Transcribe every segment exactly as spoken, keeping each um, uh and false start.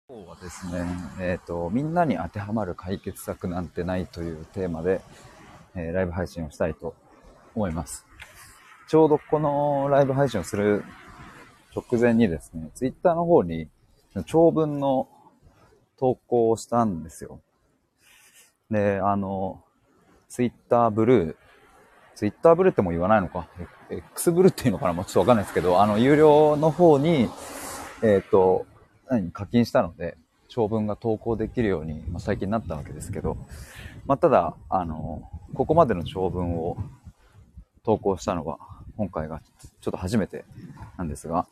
今日はですね、えっと、みんなに当てはまる解決策なんてないというテーマで、えーライブ配信をしたいと思います。ちょうどこのライブ配信をする直前にですね、ツイッターの方に長文の投稿をしたんですよ。で、あの、ツイッターブルー、ツイッターブルーっても言わないのか、X ブルーっていうのかな、もうちょっとわかんないですけど、あの、有料の方に、えっと、何、課金したので、長文が投稿できるように、まあ、最近なったわけですけど、まあ、ただ、あの、ここまでの長文を投稿したのは、今回がちょっと初めてなんですが、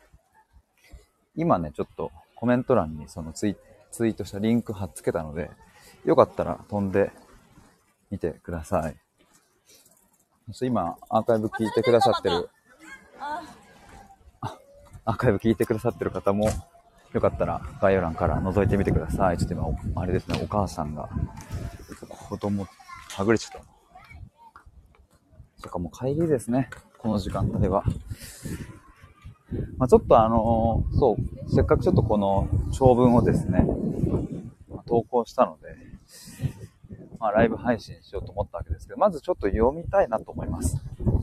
今ね、ちょっとコメント欄にそのツイ、ツイートしたリンク貼っつけたので、よかったら飛んでみてください。そして今、アーカイブ聞いてくださってる、アーカイブ聞いてくださってる方も、よかったら概要欄から覗いてみてください。ちょっと今、あれですね、お母さんが、子供、はぐれちゃった。そっか、もう帰りですね。この時間帯は。まあ、ちょっとあのーそう、せっかくちょっとこの長文をですね、投稿したので、まあ、ライブ配信しようと思ったわけですけど、まずちょっと読みたいなと思います。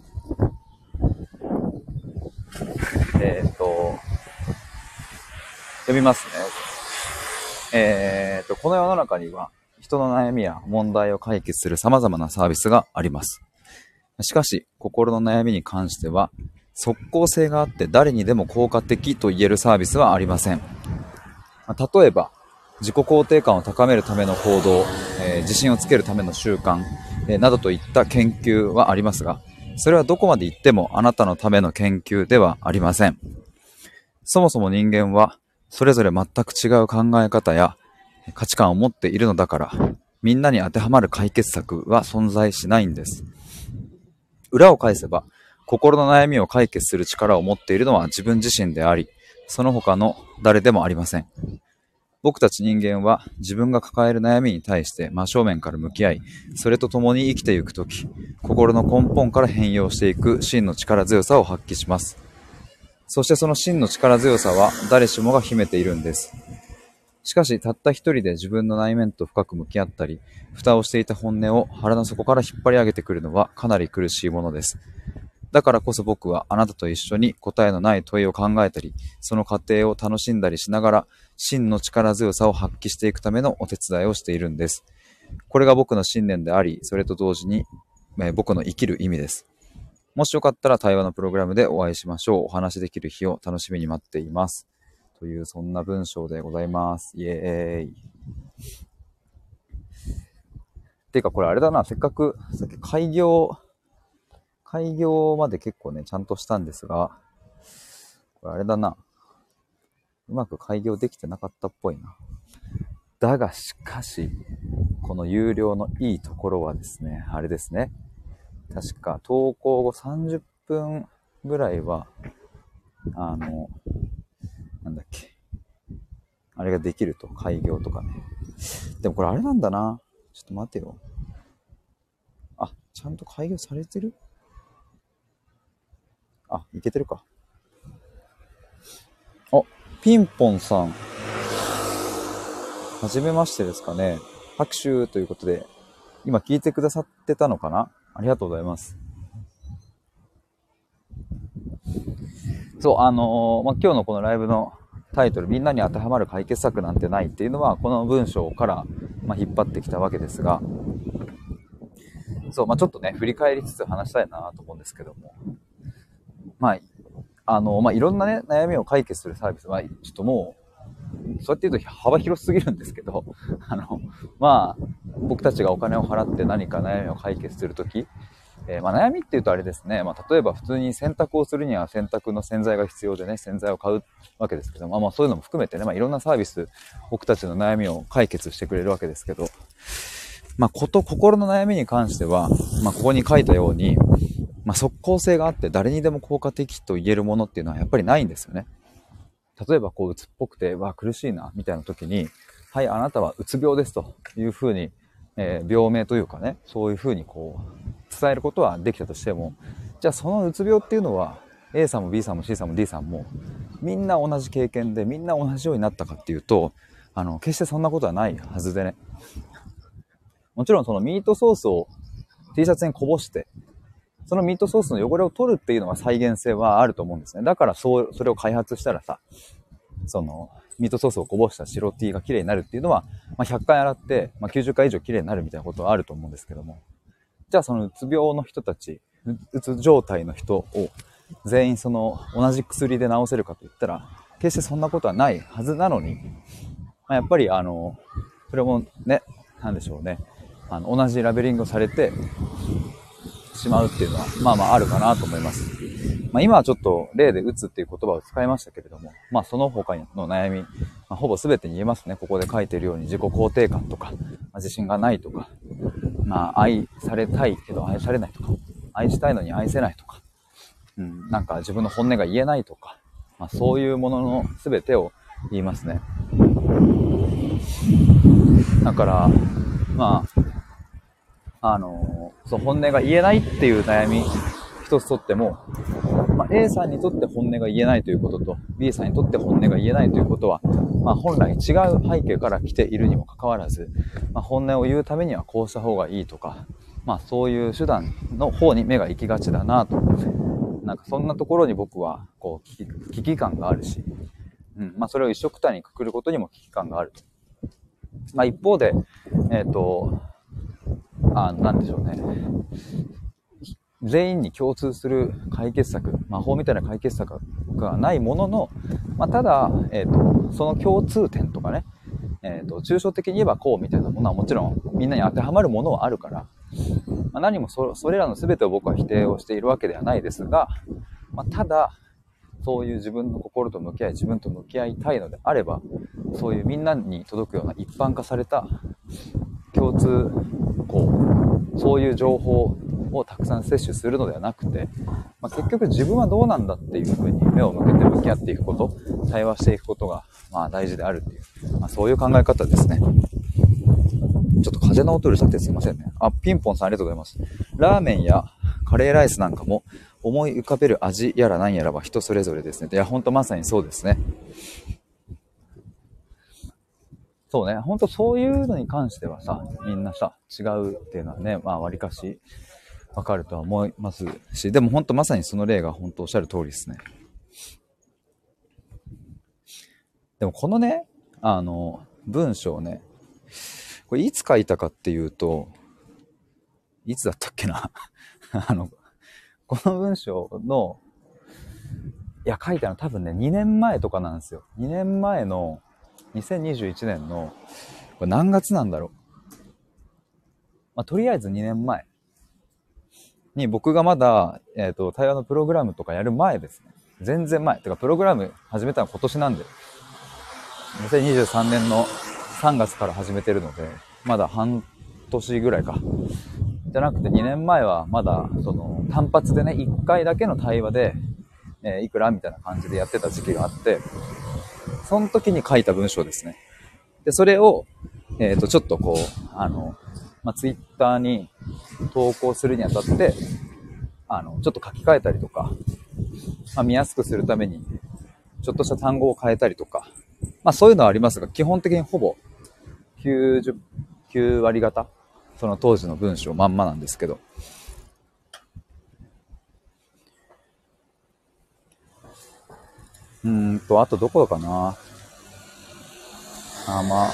えっと、読みますね。えっと、この世の中には、人の悩みや問題を解決する様々なサービスがあります。しかし、心の悩みに関しては、即効性があって誰にでも効果的と言えるサービスはありません。例えば、自己肯定感を高めるための行動、えー自信をつけるための習慣、えーなどといった研究はありますが、それはどこまで行ってもあなたのための研究ではありません。そもそも人間は、それぞれ全く違う考え方や価値観を持っているのだから、みんなに当てはまる解決策は存在しないんです。裏を返せば、心の悩みを解決する力を持っているのは自分自身であり、その他の誰でもありません。僕たち人間は自分が抱える悩みに対して真正面から向き合い、それと共に生きていくとき、心の根本から変容していく真の力強さを発揮します。そしてその真の力強さは誰しもが秘めているんです。しかし、たった一人で自分の内面と深く向き合ったり、蓋をしていた本音を腹の底から引っ張り上げてくるのはかなり苦しいものです。だからこそ僕はあなたと一緒に答えのない問いを考えたり、その過程を楽しんだりしながら、真の力強さを発揮していくためのお手伝いをしているんです。これが僕の信念であり、それと同時に、えー僕の生きる意味です。もしよかったら対話のプログラムでお会いしましょう。お話しできる日を楽しみに待っています。という、そんな文章でございます。イエーイ。ていうか、これあれだな、せっかく、さっき開業、開業まで結構ね、ちゃんとしたんですが、これあれだな、うまく開業できてなかったっぽいな。だがしかし、この有料のいいところはですね、あれですね。確か投稿後さんじゅっぷんぐらいは、あの、なんだっけ、あれができると、開業とかね。でもこれあれなんだな。ちょっと待てよ。あ、ちゃんと開業されてる？あ、いけてるか。あ、ピンポンさん。はじめましてですかね。拍手ということで、今聞いてくださってたのかな？ありがとうございます。そう、あのーまあ、今日のこのライブのタイトル、みんなに当てはまる解決策なんてないっていうのは、この文章から、まあ、引っ張ってきたわけですが、そう、まあ、ちょっとね、振り返りつつ話したいなと思うんですけども、まあ、あの、まあ、いろんなね、悩みを解決するサービスは、ちょっともう、そうやって言うと幅広すぎるんですけど、あの、まあ、僕たちがお金を払って何か悩みを解決するとき、えーまあ、悩みっていうとあれですね、まあ、例えば普通に洗濯をするには洗濯の洗剤が必要でね、洗剤を買うわけですけど、まあ、まあそういうのも含めてね、まあ、いろんなサービス、僕たちの悩みを解決してくれるわけですけど、まあ、こと、心の悩みに関しては、まあ、ここに書いたように、まあ、即効性があって誰にでも効果的と言えるものっていうのはやっぱりないんですよね。例えばこう、うつっぽくて、わ、苦しいな、みたいな時に、はい、あなたはうつ病ですというふうに、えー病名というかね、そういうふうにこう、伝えることはできたとしても、じゃあそのうつ病っていうのは、A さんも B さんも C さんも D さんも、 みんな同じ経験でみんな同じようになったかっていうと、あの決してそんなことはないはずでね。もちろんそのミートソースを T シャツにこぼして、そのミートソースの汚れを取るっていうのは再現性はあると思うんですね。だからそうそれを開発したらさ、そのミートソースをこぼした白 T が綺麗になるっていうのは、まあ、ひゃっかい洗って、まあ、きゅうじゅっかい以上綺麗になるみたいなことはあると思うんですけども、じゃあそのうつ病の人たち、うつ状態の人を全員その同じ薬で治せるかといったら、決してそんなことはないはずなのに、まあ、やっぱりあのそれもね、なんでしょうね、あの同じラベリングをされてしまうっていうのはまあまああるかなと思います。まあ、今はちょっと例でうつっていう言葉を使いましたけれども、まあその他の悩み、まあ、ほぼ全てに言えますね。ここで書いているように自己肯定感とか、まあ、自信がないとか、まあ愛されたいけど愛されないとか、愛したいのに愛せないとか、うん、なんか自分の本音が言えないとか、まあ、そういうものの全てを言いますね。だからまああのそう本音が言えないっていう悩み一つとっても、まあ、A さんにとって本音が言えないということと B さんにとって本音が言えないということは、まあ、本来違う背景から来ているにもかかわらず、まあ、本音を言うためにはこうした方がいいとか、まあ、そういう手段の方に目が行きがちだなと、なんかそんなところに僕はこう危機、危機感があるし、うんまあ、それを一緒くたにくくることにも危機感があると。まあ、一方で、えっと、あ、なんでしょうね。全員に共通する解決策、魔法みたいな解決策がないものの、まあ、ただ、えっと、その共通点とかね、えっと、抽象的に言えばこうみたいなものはもちろんみんなに当てはまるものはあるから、まあ、何も そ, それらの全てを僕は否定をしているわけではないですが、まあ、ただ、そういう自分の心と向き合い、自分と向き合いたいのであれば、そういうみんなに届くような一般化された共通項、そういう情報をたくさん摂取するのではなくて、まあ、結局自分はどうなんだっていうふうに目を向けて向き合っていくこと、対話していくことがまあ大事であるっていう、まあ、そういう考え方ですね。ちょっと風の音うるさくてすいませんね。あ、ピンポンさんありがとうございます。ラーメンやカレーライスなんかも思い浮かべる味やら何やらは人それぞれですね。いや、ほんとまさにそうですね。そうね、ほんとそういうのに関してはさ、みんなさ、違うっていうのはね、まあ割かしわかるとは思いますし、でもほんとまさにその例がほんとおっしゃる通りですね。でもこのね、あの、文章ね、これいつ書いたかっていうと、いつだったっけなあの、この文章の、いや、書いたの多分ね、にねんまえとかなんですよ。にねんまえの、にせんにじゅういちねんの、これ何月なんだろう。まあ、とりあえずにねんまえに僕がまだ、えっと、対話のプログラムとかやる前ですね。全然前。てか、プログラム始めたの今年なんで、にせんにじゅうさんねんのさんがつから始めてるので、まだ半年ぐらいか。じゃなくてにねんまえはまだ、その、単発でね、いっかいだけの対話で、えー、いくらみたいな感じでやってた時期があって、その時に書いた文章ですね。で、それを、えっと、ちょっとこう、あの、まあ、ツイッターに投稿するにあたって、あの、ちょっと書き換えたりとか、まあ、見やすくするために、ちょっとした単語を変えたりとか、まあ、そういうのはありますが、基本的にほぼきゅうじゅう、きゅう割方、その当時の文章まんまなんですけど、うーんと、あとどこかな。あ、ま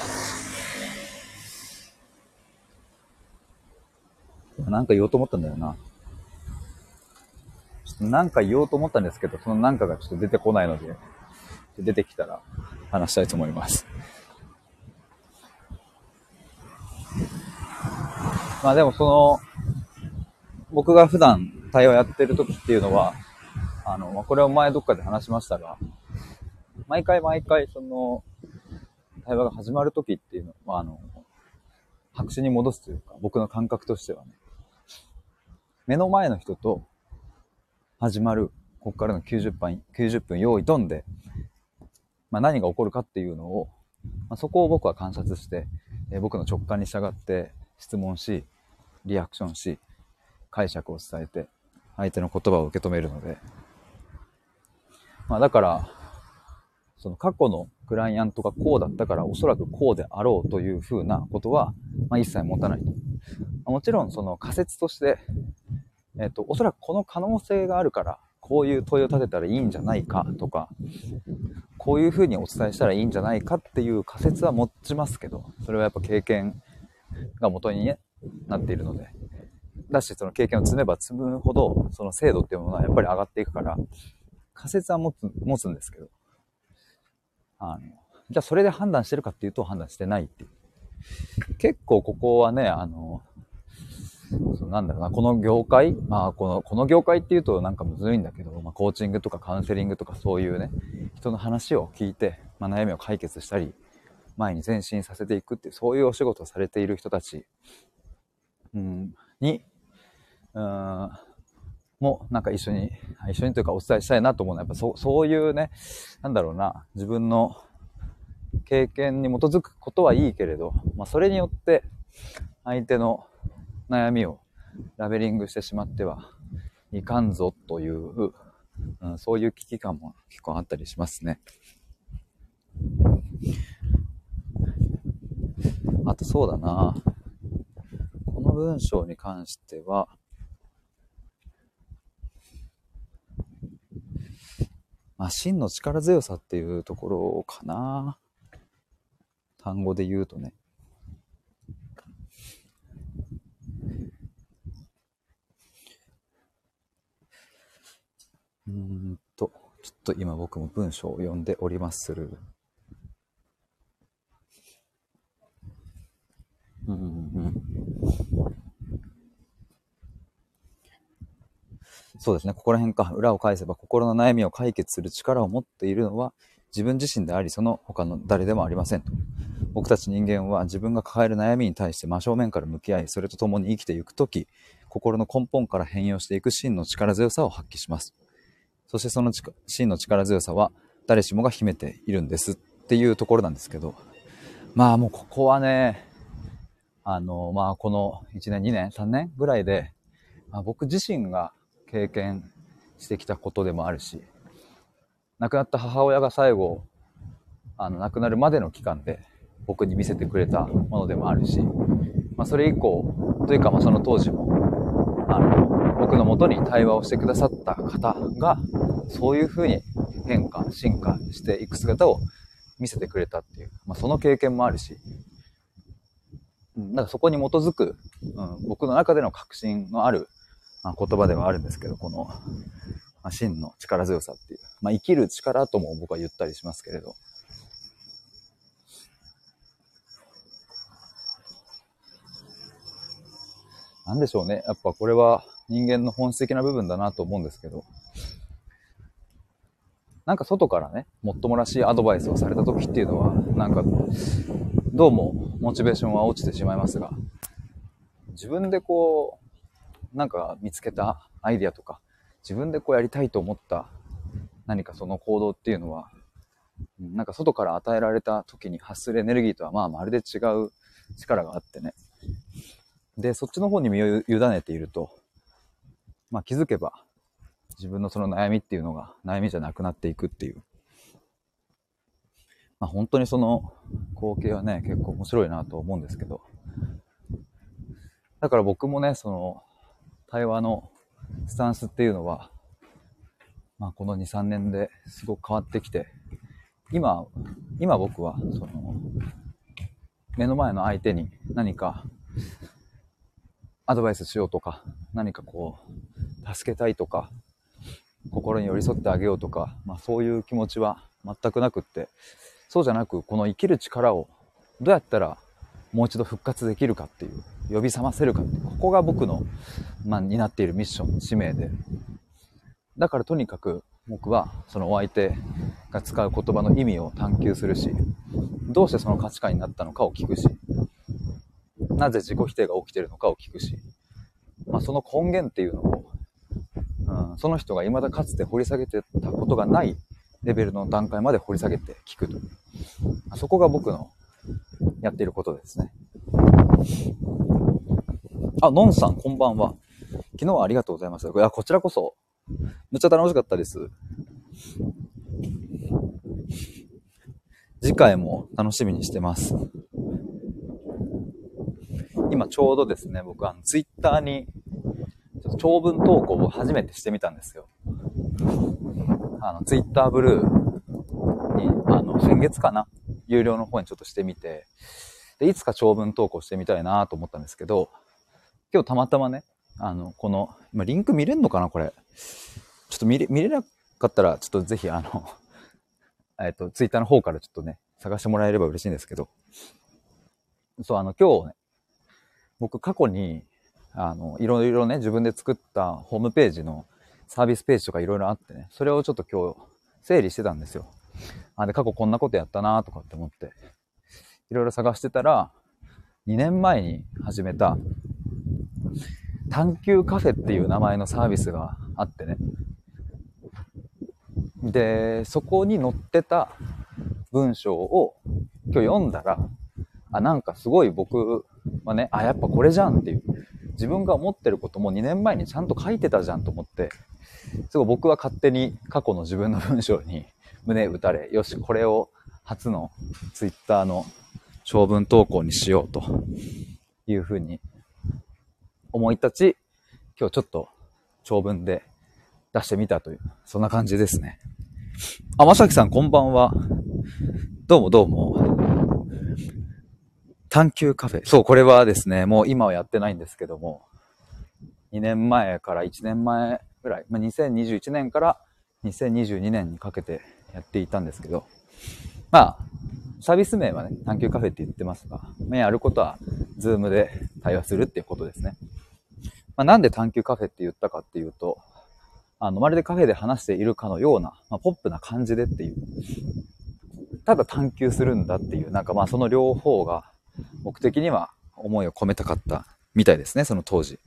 あ、なんか言おうと思ったんだよな。ちょっとなんか言おうと思ったんですけど、そのなんかがちょっと出てこないので、出てきたら話したいと思います。まあでもその、僕が普段対話やってる時っていうのは、あの、これを前どっかで話しましたが、毎回毎回その、対話が始まる時っていうのは、あの、白紙に戻すというか、僕の感覚としてはね、目の前の人と始まる、ここからのきゅうじゅっぷん、きゅうじゅっぷん用意ドンで、まあ、何が起こるかっていうのを、まあ、そこを僕は観察して、えー、僕の直感に従って質問し、リアクションし、解釈を伝えて、相手の言葉を受け止めるので、まあ、だから、 その過去のクライアントがこうだったからおそらくこうであろうというふうなことは、まあ、一切持たないと。もちろんその仮説として、えっと、おそらくこの可能性があるからこういう問いを立てたらいいんじゃないかとか、こういうふうにお伝えしたらいいんじゃないかっていう仮説は持ちますけど、それはやっぱ経験が元に、ね、なっているので、だしその経験を積めば積むほどその精度っていうものはやっぱり上がっていくから、仮説は持つ、持つんですけど、あのじゃあそれで判断してるかっていうと判断してないっていう。結構ここはね、あのそうなんだろうな、この業界、まあこのこの業界っていうとなんかむずいんだけど、まあ、コーチングとかカウンセリングとかそういうね、人の話を聞いて、まあ、悩みを解決したり前に前進させていくっていう、そういうお仕事をされている人たち、うん、にうーんもなんか一緒に一緒にというかお伝えしたいなと思うのは、やっぱそそういうね、なんだろうな、自分の経験に基づくことはいいけれど、まあ、それによって相手の悩みをラベリングしてしまってはいかんぞという、うん、そういう危機感も結構あったりしますね。あとそうだな、この文章に関しては、まあ、真の力強さっていうところかな。単語で言うとね。うーんと、ちょっと今僕も文章を読んでおりまする。うんうん、そうですね、ここら辺か。裏を返せば心の悩みを解決する力を持っているのは自分自身であり、その他の誰でもありませんと。僕たち人間は自分が抱える悩みに対して真正面から向き合い、それと共に生きていくとき、心の根本から変容していく真の力強さを発揮します。そしてその真の力強さは誰しもが秘めているんですっていうところなんですけど、まあもうここはね、あのまあこのいちねんにねんさんねんぐらいで、まあ、僕自身が経験してきたことでもあるし、亡くなった母親が最後あの亡くなるまでの期間で僕に見せてくれたものでもあるし、まあ、それ以降というか、まあその当時もあの僕の元に対話をしてくださった方がそういうふうに変化進化していく姿を見せてくれたっていう、まあ、その経験もあるし、なんかそこに基づく、うん、僕の中での確信のある、まあ、言葉ではあるんですけど、この、まあ、真の力強さっていう、まあ、生きる力とも僕は言ったりしますけれど、なんでしょうね、やっぱこれは人間の本質的な部分だなと思うんですけど、なんか外からね、もっともらしいアドバイスをされた時っていうのは、なんかどうもモチベーションは落ちてしまいますが、自分でこうなんか見つけたアイデアとか、自分でこうやりたいと思った何かその行動っていうのは、なんか外から与えられた時に発するエネルギーとはまあまるで違う力があってね。で、そっちの方に身を委ねていると、まあ気づけば自分のその悩みっていうのが悩みじゃなくなっていくっていう。まあ本当にその光景はね、結構面白いなと思うんですけど。だから僕もね、その対話のスタンスっていうのは、まあこのに、さんねんですごく変わってきて、今、今僕はその目の前の相手に何かアドバイスしようとか、何かこう助けたいとか、心に寄り添ってあげようとか、まあそういう気持ちは全くなくって、そうじゃなく、この生きる力をどうやったらもう一度復活できるかっていう、呼び覚ませるかっていう、ここが僕の、まあ、担っているミッション、使命で、だからとにかく僕はそのお相手が使う言葉の意味を探求するし、どうしてその価値観になったのかを聞くし、なぜ自己否定が起きているのかを聞くし、まあ、その根源っていうのを、うん、その人が未だかつて掘り下げてたことがないレベルの段階まで掘り下げて聞くという、そこが僕のやっていることですね。あ、のんさんこんばんは。昨日はありがとうございました。いや、こちらこそめっちゃ楽しかったです。 次回も楽しみにしてます。今ちょうどですね、僕あのツイッターにちょっと長文投稿を初めてしてみたんですよ。あのツイッターブルーにあの先月かな、有料の方にちょっとしてみて、でいつか長文投稿してみたいなと思ったんですけど、今日たまたまね、あのこの今リンク見れるのかな、これちょっと見れ見れなかったらちょっとぜひあのえっとツイッターの方からちょっとね探してもらえれば嬉しいんですけど、そうあの今日ね、僕過去にあのいろいろね自分で作ったホームページのサービスページとかいろいろあってね、それをちょっと今日整理してたんですよ。あで過去こんなことやったなとかって思っていろいろ探してたら、にねんまえに始めた探求カフェっていう名前のサービスがあってね、でそこに載ってた文章を今日読んだら、あなんかすごい僕はね、あやっぱこれじゃんっていう、自分が思ってることもにねんまえにちゃんと書いてたじゃんと思って、すごい僕は勝手に過去の自分の文章に胸打たれ、よしこれを初のツイッターの長文投稿にしようというふうに思い立ち、今日ちょっと長文で出してみたという、そんな感じですね。あ、まさきさんこんばんは。どうもどうも。探求カフェ。そう、これはですね、もう今はやってないんですけども、にねんまえからいちねんまえぐらい、まあ、にせんにじゅういちねんからにせんにじゅうにねんにかけてやっていたんですけど、まあ、サービス名はね、探求カフェって言ってますが、まあ、やることは、ズームで対話するっていうことですね。まあ、なんで探求カフェって言ったかっていうと、あの、まるでカフェで話しているかのような、まあ、ポップな感じでっていう、ただ探求するんだっていう、なんかまあその両方が目的には思いを込めたかったみたいですね、その当時。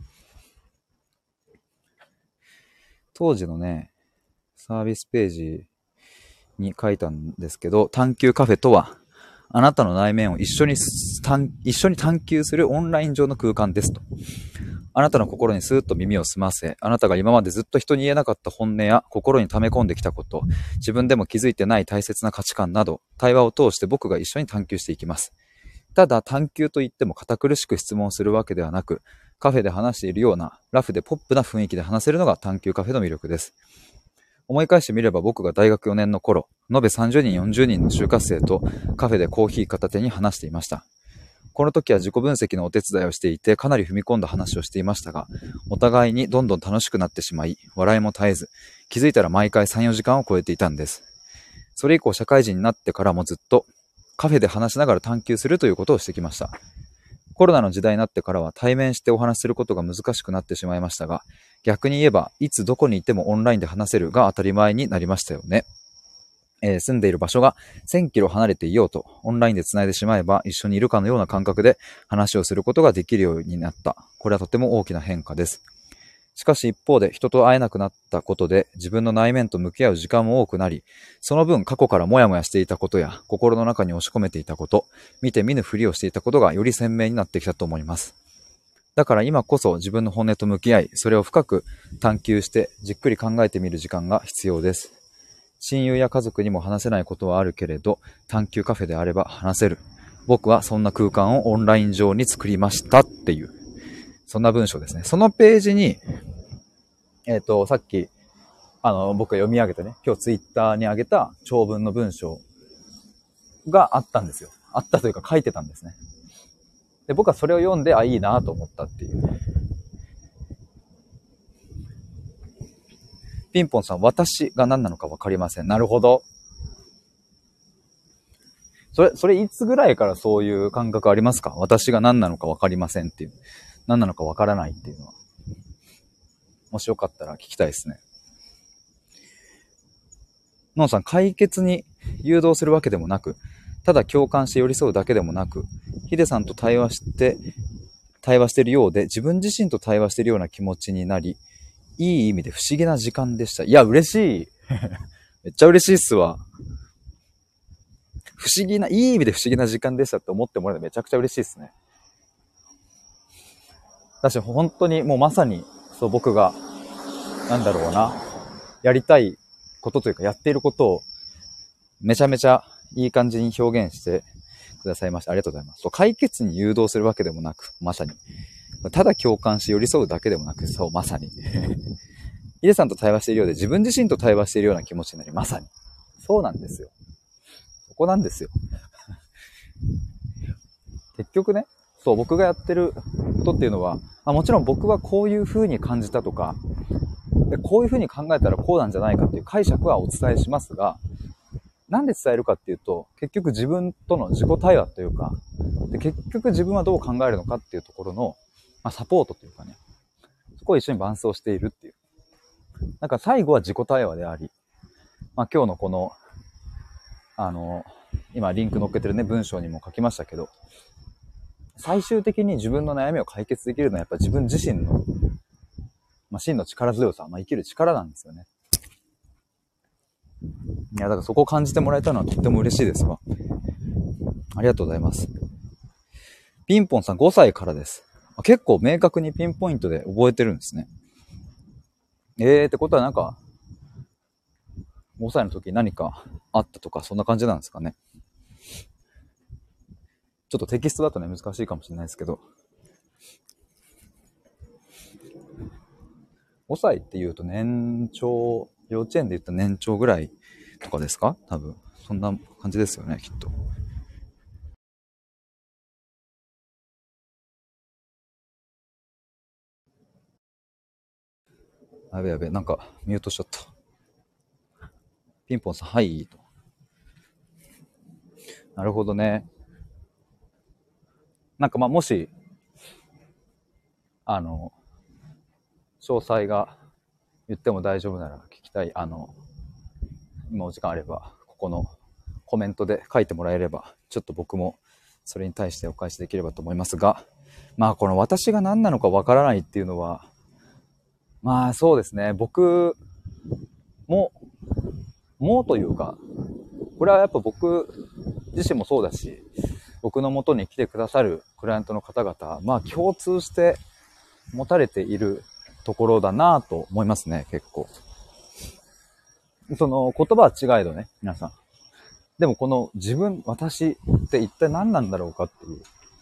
当時のね、サービスページに書いたんですけど、探求カフェとは、あなたの内面を一緒に一緒に探求するオンライン上の空間ですと。あなたの心にスーッと耳を澄ませ、あなたが今までずっと人に言えなかった本音や心に溜め込んできたこと、自分でも気づいてない大切な価値観など、対話を通して僕が一緒に探求していきます。ただ探求といっても堅苦しく質問するわけではなく、カフェで話しているようなラフでポップな雰囲気で話せるのが探求カフェの魅力です。思い返してみれば僕が大学よねんの頃、延べさんじゅうにんよんじゅうにんの就活生とカフェでコーヒー片手に話していました。この時は自己分析のお手伝いをしていて、かなり踏み込んだ話をしていましたが、お互いにどんどん楽しくなってしまい、笑いも絶えず、気づいたら毎回さん、よじかんを超えていたんです。それ以降社会人になってからもずっとカフェで話しながら探求するということをしてきました。コロナの時代になってからは対面してお話しすることが難しくなってしまいましたが、逆に言えばいつどこにいてもオンラインで話せるが当たり前になりましたよね。えー、住んでいる場所がせんキロ離れていようとオンラインでつないでしまえば一緒にいるかのような感覚で話をすることができるようになった。これはとても大きな変化です。しかし一方で人と会えなくなったことで自分の内面と向き合う時間も多くなり、その分過去からモヤモヤしていたことや心の中に押し込めていたこと、見て見ぬふりをしていたことがより鮮明になってきたと思います。だから今こそ自分の本音と向き合い、それを深く探求してじっくり考えてみる時間が必要です。親友や家族にも話せないことはあるけれど、探求カフェであれば話せる。僕はそんな空間をオンライン上に作りましたっていう、そんな文章ですね。そのページに、えっと、さっき、あの、僕が読み上げてね、今日ツイッターに上げた長文の文章があったんですよ。あったというか書いてたんですね。で、僕はそれを読んで、あ、いいなと思ったっていう。ピンポンさん、私が何なのか分かりません。なるほど。それ、それいつぐらいからそういう感覚ありますか？私が何なのか分かりませんっていう。何なのか分からないっていうのは。もしよかったら聞きたいですね。のんさん、解決に誘導するわけでもなく、ただ共感して寄り添うだけでもなく、ヒデさんと対話して、対話しているようで、自分自身と対話しているような気持ちになり、いい意味で不思議な時間でした。いや、嬉しい。めっちゃ嬉しいっすわ。不思議な、いい意味で不思議な時間でしたって思ってもらえるのめちゃくちゃ嬉しいですね。私本当にもうまさに、そう僕が、なんだろうな、やりたいことというかやっていることをめちゃめちゃいい感じに表現してくださいました。ありがとうございます。そう、解決に誘導するわけでもなく、まさに。ただ共感し寄り添うだけでもなく、そう、まさに。ヒデさんと対話しているようで自分自身と対話しているような気持ちになり、まさに。そうなんですよ。そこなんですよ。結局ね、そう、僕がやってることっていうのは、まあ、もちろん僕はこういう風に感じたとか、でこういう風に考えたらこうなんじゃないかっていう解釈はお伝えしますが、なんで伝えるかっていうと、結局自分との自己対話というか、で結局自分はどう考えるのかっていうところの、まあ、サポートというかね、そこを一緒に伴走しているっていう。なんか最後は自己対話であり、まあ、今日のこの、あの、今リンク載っけてるね、文章にも書きましたけど、最終的に自分の悩みを解決できるのはやっぱ自分自身の、まあ、真の力強さ、まあ、生きる力なんですよね。いや、だからそこを感じてもらえたのはとっても嬉しいですわ。ありがとうございます。ピンポンさんごさいからです。結構明確にピンポイントで覚えてるんですね。えーってことはなんか、ごさいの時何かあったとか、そんな感じなんですかね。ちょっとテキストだとね、難しいかもしれないですけど。ごさいって言うと年長、幼稚園で言った年長ぐらいとかですか？多分。そんな感じですよね、きっと。やべやべ、なんかミュートしちゃった。ピンポンさん、はいと。なるほどね。なんかまあ、もし、あの、詳細が言っても大丈夫なら聞きたい。あの、今お時間あれば、ここのコメントで書いてもらえれば、ちょっと僕もそれに対してお返しできればと思いますが、まあこの私が何なのかわからないっていうのは、まあそうですね、僕も、もうというか、これはやっぱ僕自身もそうだし、僕の元に来てくださるクライアントの方々、まあ共通して持たれているところだなぁと思いますね、結構。その言葉は違えどね、皆さん。でもこの自分、私って一体何なんだろうかっていう。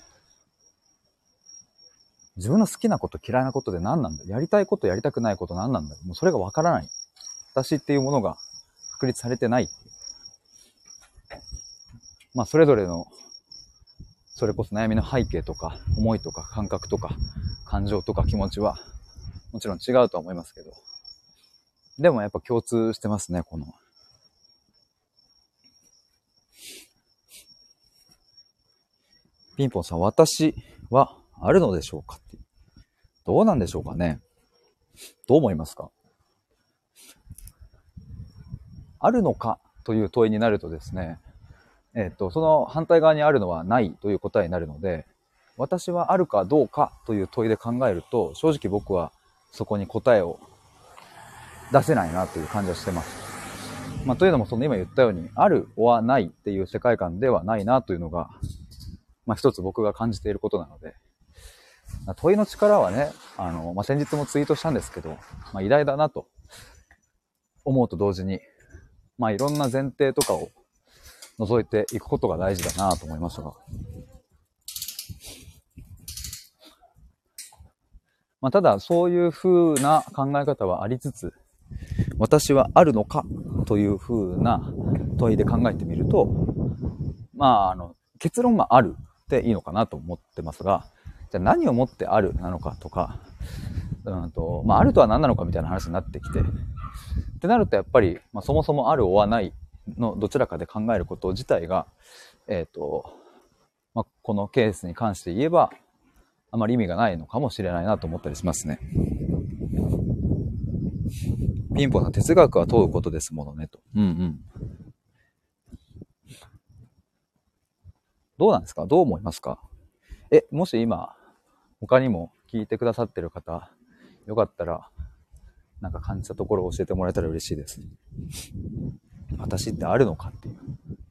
自分の好きなこと嫌いなことで何なんだ、やりたいことやりたくないこと何なんだ、もうそれがわからない。私っていうものが確立されてない。まあそれぞれの、それこそ悩みの背景とか、思いとか感覚とか、感情とか気持ちは、もちろん違うとは思いますけど。でもやっぱ共通してますね、この。ピンポンさん、私はあるのでしょうかって。どうなんでしょうかね。どう思いますか？あるのかという問いになるとですね、えっと、その反対側にあるのはないという答えになるので、私はあるかどうかという問いで考えると、正直僕はそこに答えを出せないなという感じはしてます。まあ、というのもその今言ったように、あるはないっていう世界観ではないなというのが、まあ一つ僕が感じていることなので、問いの力はね、あの、まあ、先日もツイートしたんですけど、まあ、偉大だなと思うと同時に、まあいろんな前提とかを覗いていくことが大事だなと思いましたが。まあただそういう風な考え方はありつつ、私はあるのかという風な問いで考えてみると、まああの、結論はあるでいいのかなと思ってますが、じゃあ何をもってあるなのかとか、うんと、まああるとは何なのかみたいな話になってきて、ってなるとやっぱり、まあ、そもそもあるおはないのどちらかで考えること自体が、えっと、まあ、このケースに関して言えば、あまり意味がないのかもしれないなと思ったりしますね。ピンポンさん、哲学は問うことですものねと。うんうん。どうなんですか？どう思いますか？え、もし今、他にも聞いてくださってる方、よかったら、なんか感じたところを教えてもらえたら嬉しいです。私ってあるのかっていう。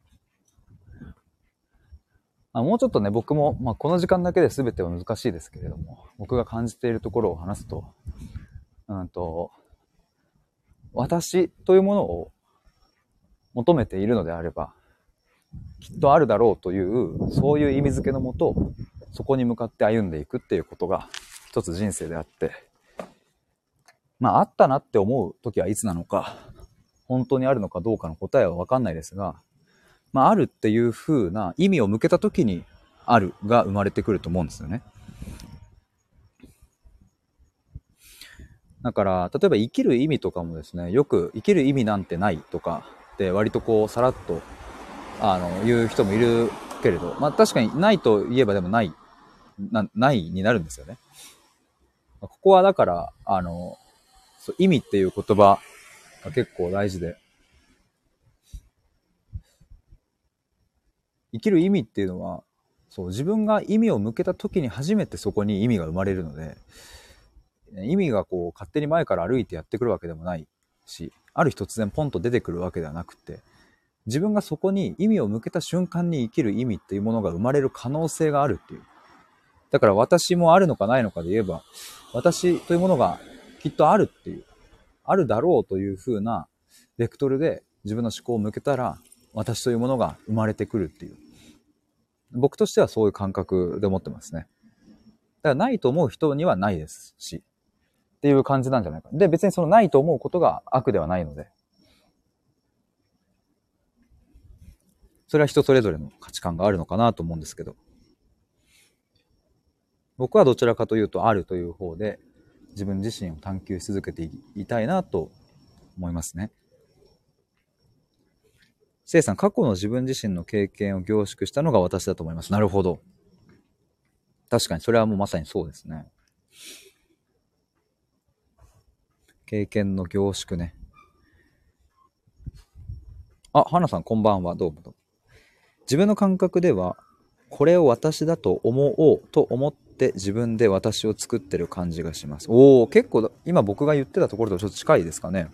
あ、もうちょっとね、僕も、まあ、この時間だけで全ては難しいですけれども、僕が感じているところを話すと、うんと、私というものを求めているのであれば、 きっとあるだろうという、そういう意味付けのもと、そこに向かって歩んでいくっていうことが一つ人生であって、まああったなって思う時はいつなのか、本当にあるのかどうかの答えはわかんないですが、まああるっていう風な意味を向けた時にあるが生まれてくると思うんですよね。だから、例えば生きる意味とかもですね、よく生きる意味なんてないとかって割とこうさらっとあの言う人もいるけれど、まあ確かにないと言えばでもない、なないになるんですよね。ここはだから、あの、そう意味っていう言葉が結構大事で、生きる意味っていうのは、そう、自分が意味を向けた時に初めてそこに意味が生まれるので、意味がこう勝手に前から歩いてやってくるわけでもないし、ある日突然ポンと出てくるわけではなくて、自分がそこに意味を向けた瞬間に生きる意味っていうものが生まれる可能性があるっていう。だから私もあるのかないのかで言えば、私というものがきっとあるっていう、あるだろうという風なベクトルで自分の思考を向けたら、私というものが生まれてくるっていう。僕としてはそういう感覚で思ってますね。だからないと思う人にはないですし、っていう感じなんじゃないか。で、別にそのないと思うことが悪ではないので、それは人それぞれの価値観があるのかなと思うんですけど、僕はどちらかというとあるという方で、自分自身を探求し続けていたいなと思いますね。せいさん、過去の自分自身の経験を凝縮したのが私だと思います。なるほど。確かに、それはもうまさにそうですね。経験の凝縮ね。あ、花さん、こんばんは。どうもどうも。自分の感覚では、これを私だと思おうと思って自分で私を作ってる感じがします。おー、結構、今僕が言ってたところとちょっと近いですかね。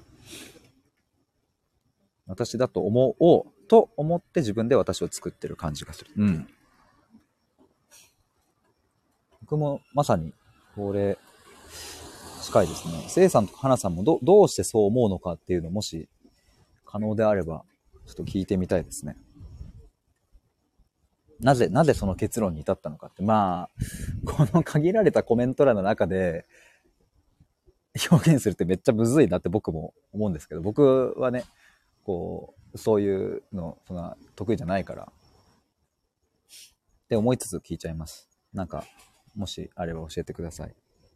私だと思おうと思って自分で私を作ってる感じがする。うん。僕もまさに、これ、近いですね。せいさんとか花さんもどどうしてそう思うのかっていうのもし可能であればちょっと聞いてみたいですね。なぜ、なぜその結論に至ったのかって。まあ、この限られたコメント欄の中で表現するってめっちゃむずいなって僕も思うんですけど、僕はね、こう、そういうの、そんな得意じゃないからって思いつつ聞いちゃいます。なんか、もしあれば教えてください。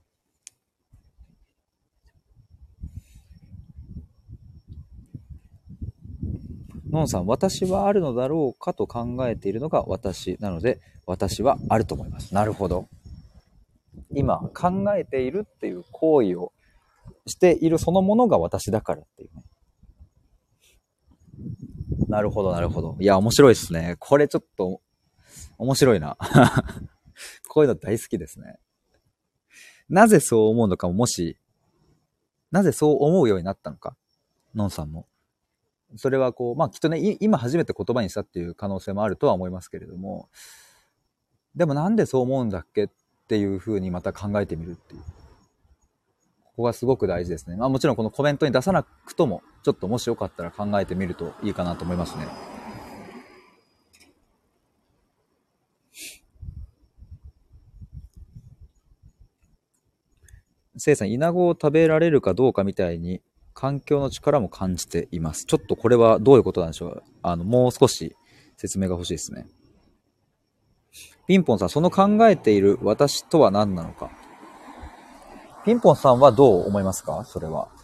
のんさん、私はあるのだろうかと考えているのが私なので、私はあると思います。なるほど。今、考えているっていう行為をしているそのものが私だからっていうね。なるほど、なるほど。いや、面白いですね。これちょっと、面白いな。こういうの大好きですね。なぜそう思うのかも、もし、なぜそう思うようになったのか、のんさんも。それはこう、まあきっとね、今初めて言葉にしたっていう可能性もあるとは思いますけれども、でもなんでそう思うんだっけっていうふうにまた考えてみるっていう。ここがすごく大事ですね。まあもちろんこのコメントに出さなくとも、ちょっともしよかったら考えてみるといいかなと思いますね。せいさん、イナゴを食べられるかどうかみたいに、環境の力も感じています。ちょっとこれはどういうことなんでしょう。あの、もう少し説明が欲しいですね。ピンポンさん、その考えている私とは何なのか。ピンポンさんはどう思いますか、それは。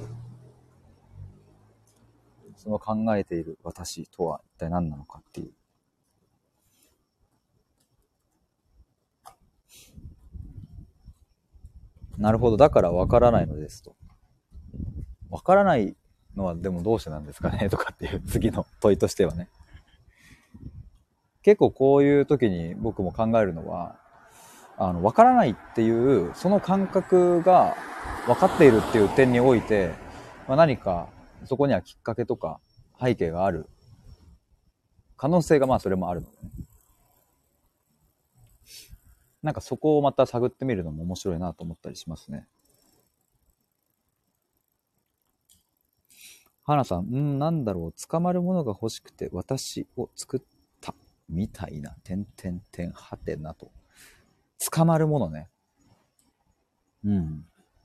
その考えている私とは一体何なのかっていう。なるほど。だからわからないのですと。わからないのはでもどうしてなんですかねとかっていう次の問いとしてはね。結構こういう時に僕も考えるのは、あの、わからないっていう、その感覚が分かっているっていう点において、まあ、何かそこにはきっかけとか背景がある可能性がまあそれもあるのでね。なんかそこをまた探ってみるのも面白いなと思ったりしますね。花さん、うん、なんだろう、捕まるものが欲しくて私を作っみたいな、てんてんてん、はてなと。捕まるものね。うん。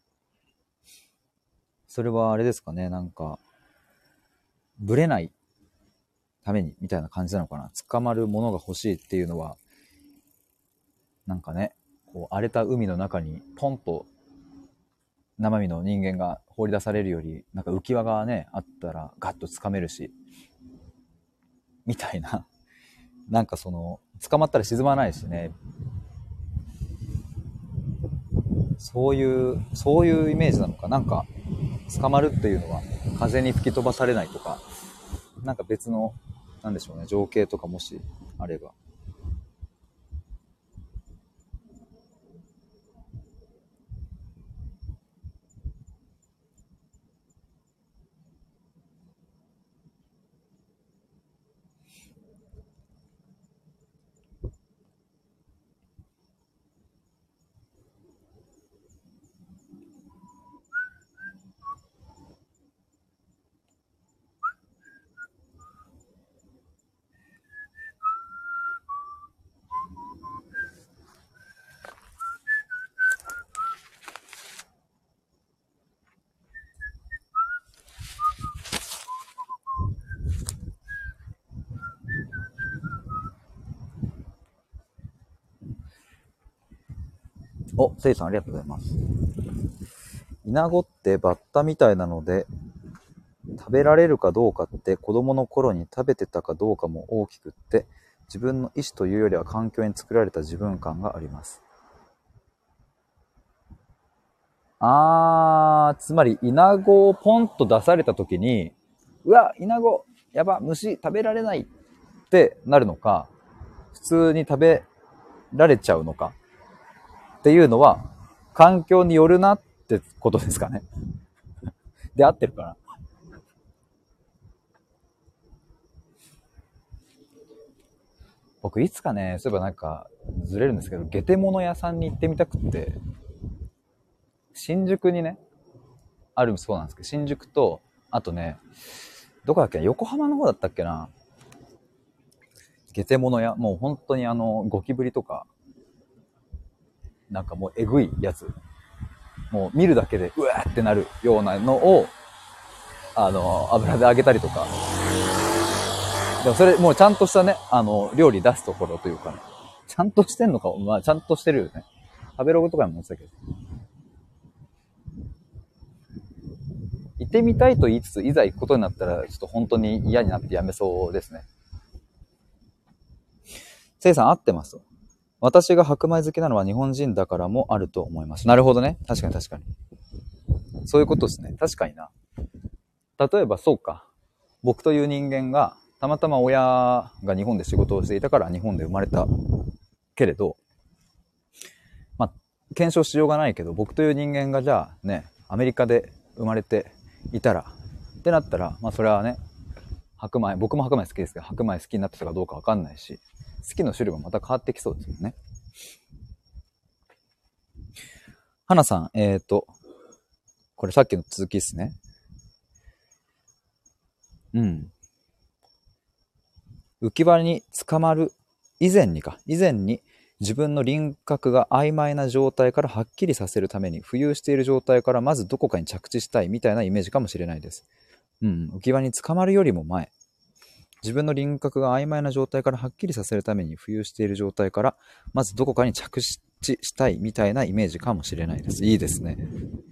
それはあれですかね、なんか、ぶれないために、みたいな感じなのかな。捕まるものが欲しいっていうのは、なんかね、こう荒れた海の中にポンと生身の人間が放り出されるより、なんか浮き輪がね、あったらガッと掴めるし、みたいな。なんかその、捕まったら沈まないしね。そういう、そういうイメージなのか。なんか、捕まるっていうのは風に吹き飛ばされないとか、なんか別の、なんでしょうね、情景とかもしあれば。お、せいさんありがとうございます。イナゴってバッタみたいなので、食べられるかどうかって子供の頃に食べてたかどうかも大きくって、自分の意思というよりは環境に作られた自分感があります。あー、つまりイナゴをポンと出された時に、うわ、イナゴ、やば、虫食べられないってなるのか、普通に食べられちゃうのかっていうのは、環境によるなってことですかね。で、合ってるかな。僕いつかね、そういえばなんかずれるんですけど、ゲテモノ屋さんに行ってみたくって、新宿にね、あるそうなんですけど、新宿と、あとね、どこだっけな、横浜の方だったっけな、ゲテモノ屋、もう本当にあの、ゴキブリとか、なんかもうえぐいやつ、もう見るだけでうわーってなるようなのを、あの、油で揚げたりとか、でもそれもうちゃんとしたね、あの、料理出すところというかね、ちゃんとしてんのか、まあちゃんとしてるよね。食べログとかにも載ってたけど。行ってみたいと言いつつ、いざ行くことになったら、ちょっと本当に嫌になってやめそうですね。せいさん合ってます。私が白米好きなのは日本人だからもあると思います。なるほどね。確かに確かに。そういうことですね。確かにな。例えばそうか。僕という人間が、たまたま親が日本で仕事をしていたから日本で生まれたけれど、まあ、検証しようがないけど、僕という人間がじゃあね、アメリカで生まれていたら、ってなったら、まあそれはね、白米、僕も白米好きですけど、白米好きになってたかどうかわかんないし、好きの種類もまた変わってきそうですよね。花さん、えっと、これさっきの続きですね。うん。浮き輪に捕まる以前にか、以前に自分の輪郭が曖昧な状態からはっきりさせるために浮遊している状態からまずどこかに着地したいみたいなイメージかもしれないです。うん、浮き輪に捕まるよりも前。自分の輪郭が曖昧な状態からはっきりさせるために浮遊している状態からまずどこかに着地したいみたいなイメージかもしれないです。いいですね。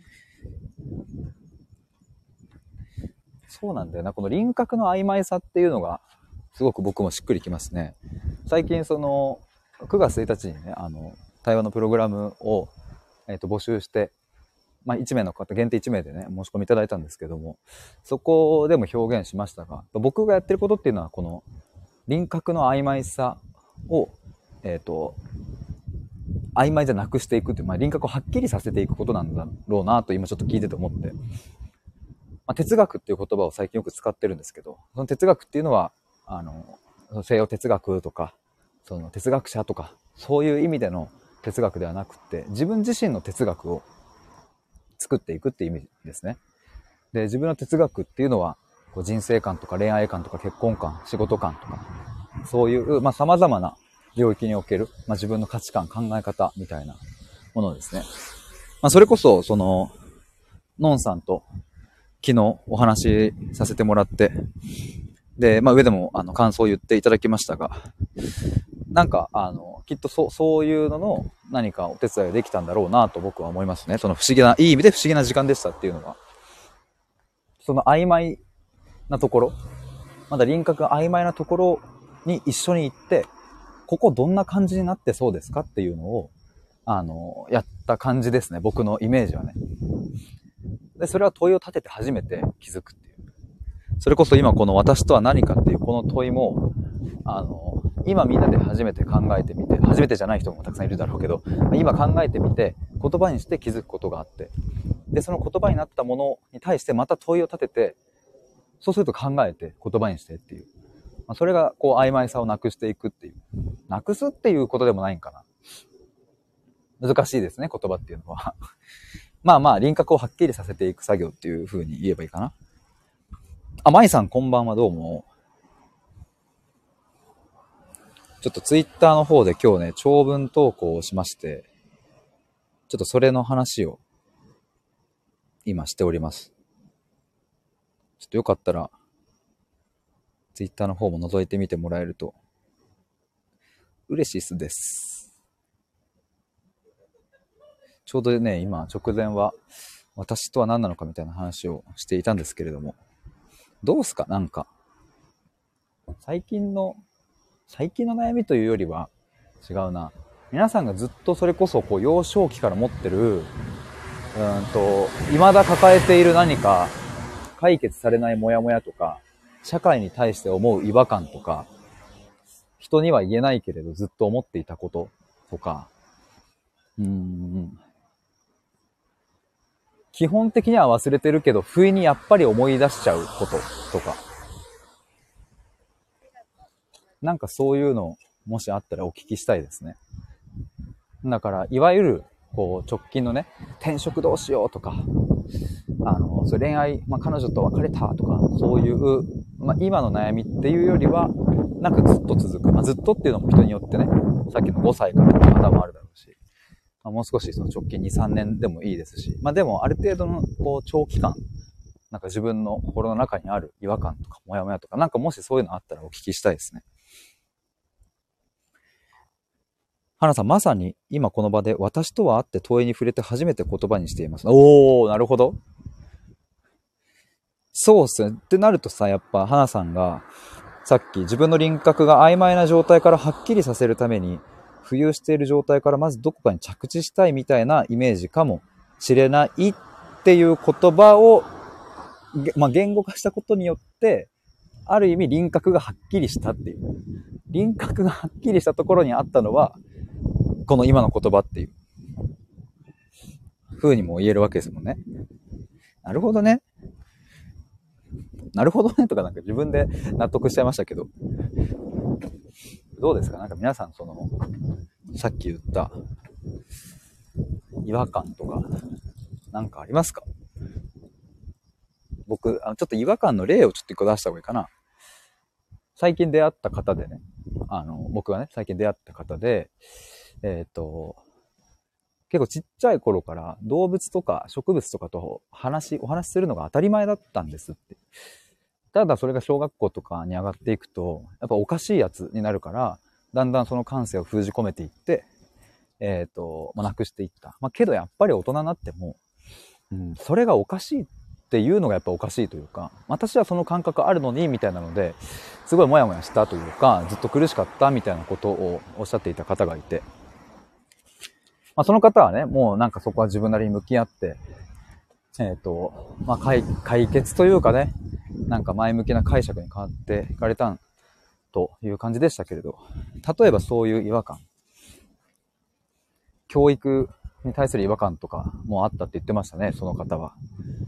そうなんだよな。この輪郭の曖昧さっていうのがすごく僕もしっくりきますね。最近そのくがつついたちにね、あの対話のプログラムを、えー、と募集して、まあ、いち名の方限定いち名でね申し込みいただいたんですけども、そこでも表現しましたが、僕がやってることっていうのはこの輪郭の曖昧さを、えっ、と曖昧じゃなくしていくっていう、まあ、輪郭をはっきりさせていくことなんだろうなと今ちょっと聞いてて思って、まあ、哲学っていう言葉を最近よく使ってるんですけど、その哲学っていうのはあの西洋哲学とかその哲学者とかそういう意味での哲学ではなくて、自分自身の哲学を作っていくっていう意味ですね。で、自分の哲学っていうのはこう人生観とか恋愛観とか結婚観、仕事観とかそういう、まあ、様々な領域における、まあ、自分の価値観、考え方みたいなものですね。まあ、それこそ、その、のんさんと昨日お話しさせてもらって、で、まあ、上でもあの感想を言っていただきましたが、なんか、あの、きっとそう、そういうのの何かお手伝いができたんだろうなと僕は思いますね。その不思議な、いい意味で不思議な時間でしたっていうのは。その曖昧なところ、まだ輪郭が曖昧なところに一緒に行って、ここどんな感じになってそうですかっていうのを、あの、やった感じですね。僕のイメージはね。で、それは問いを立てて初めて気づくっていう。それこそ今この私とは何かっていうこの問いも、あの、今みんなで初めて考えてみて、初めてじゃない人もたくさんいるだろうけど、今考えてみて、言葉にして気づくことがあって、で、その言葉になったものに対してまた問いを立てて、そうすると考えて言葉にしてっていう。まあ、それがこう曖昧さをなくしていくっていう。なくすっていうことでもないんかな。難しいですね、言葉っていうのは。まあまあ輪郭をはっきりさせていく作業っていう風に言えばいいかな。あ、まいさんこんばんは、どうも。ちょっとツイッターの方で今日ね、長文投稿をしまして、ちょっとそれの話を今しております。ちょっとよかったら、ツイッターの方も覗いてみてもらえると、嬉しいっすです。ちょうどね、今直前は、私とは何なのかみたいな話をしていたんですけれども、どうすかなんか、最近の、最近の悩みというよりは、違うな。皆さんがずっとそれこそこう幼少期から持ってる、うんと、未だ抱えている何か解決されないモヤモヤとか、社会に対して思う違和感とか、人には言えないけれどずっと思っていたこととか、うーん、基本的には忘れてるけど、不意にやっぱり思い出しちゃうこととか、なんかそういうのもしあったらお聞きしたいですね。だから、いわゆる、こう、直近のね、転職どうしようとか、あの、そう恋愛、まあ、彼女と別れたとか、そういう、まあ、今の悩みっていうよりは、なんかずっと続く。まあ、ずっとっていうのも人によってね、さっきのごさいからの方もあるだろうし、まあ、もう少しその直近に、さんねんでもいいですし、まあ、でもある程度の、こう、長期間、なんか自分の心の中にある違和感とか、モヤモヤとか、なんかもしそういうのあったらお聞きしたいですね。花さん、まさに今この場で私とは会って問いに触れて初めて言葉にしています。おー、なるほど。そうっすね。ってなるとさ、やっぱ花さんがさっき自分の輪郭が曖昧な状態からはっきりさせるために浮遊している状態からまずどこかに着地したいみたいなイメージかもしれないっていう言葉を、まあ、言語化したことによってある意味輪郭がはっきりしたっていう。輪郭がはっきりしたところにあったのはこの今の言葉っていう風にも言えるわけですもんね。なるほどね。なるほどねとかなんか自分で納得しちゃいましたけど。どうですかなんか皆さんその、さっき言った違和感とかなんかありますか？僕、あのちょっと違和感の例をちょっと一個出した方がいいかな。最近出会った方でね、あの、僕がね、最近出会った方で、えっと、結構ちっちゃい頃から動物とか植物とかと話、お話しするのが当たり前だったんですって。ただそれが小学校とかに上がっていくと、やっぱおかしいやつになるから、だんだんその感性を封じ込めていって、えっと、まあ、なくしていった。まあ、けどやっぱり大人になっても、うん、それがおかしいっていうのがやっぱおかしいというか、私はその感覚あるのに、みたいなので、すごいモヤモヤしたというか、ずっと苦しかったみたいなことをおっしゃっていた方がいて、まあ、その方はね、もうなんかそこは自分なりに向き合って、えっと、まあ、解、解決というかね、なんか前向きな解釈に変わっていかれたという感じでしたけれど、例えばそういう違和感、教育に対する違和感とかもあったって言ってましたね、その方は。